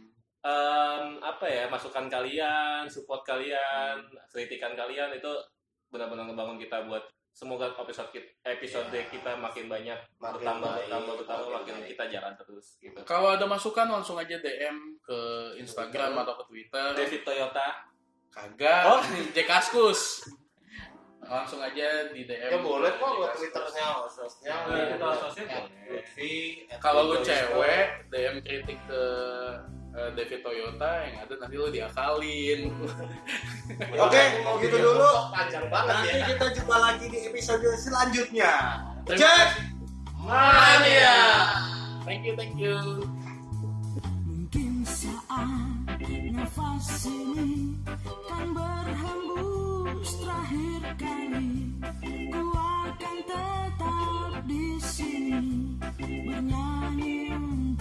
Masukan kalian, support kalian, kritikan kalian itu benar-benar ngebangun kita buat semoga episode kita makin banyak bertambah makin kita jalan terus gitu. Kalau ada masukan langsung aja DM ke Instagram atau ke Twitter. David Toyota. Kagak. Jack Cascus. Langsung aja di DM. Ya boleh kok buat Twitternya, hostnya. Kalau lu cewek, DM kritik ke David Toyota yang ada nanti lo diakalin. Oke, gitu dulu. Panjang banget Nanti ya. kita jumpa lagi di episode selanjutnya. Terima Cek Mania. Thank you. Mungkin saat nafas ini kan berhembus terakhir kali, ku akan tetap di sini bernyanyi.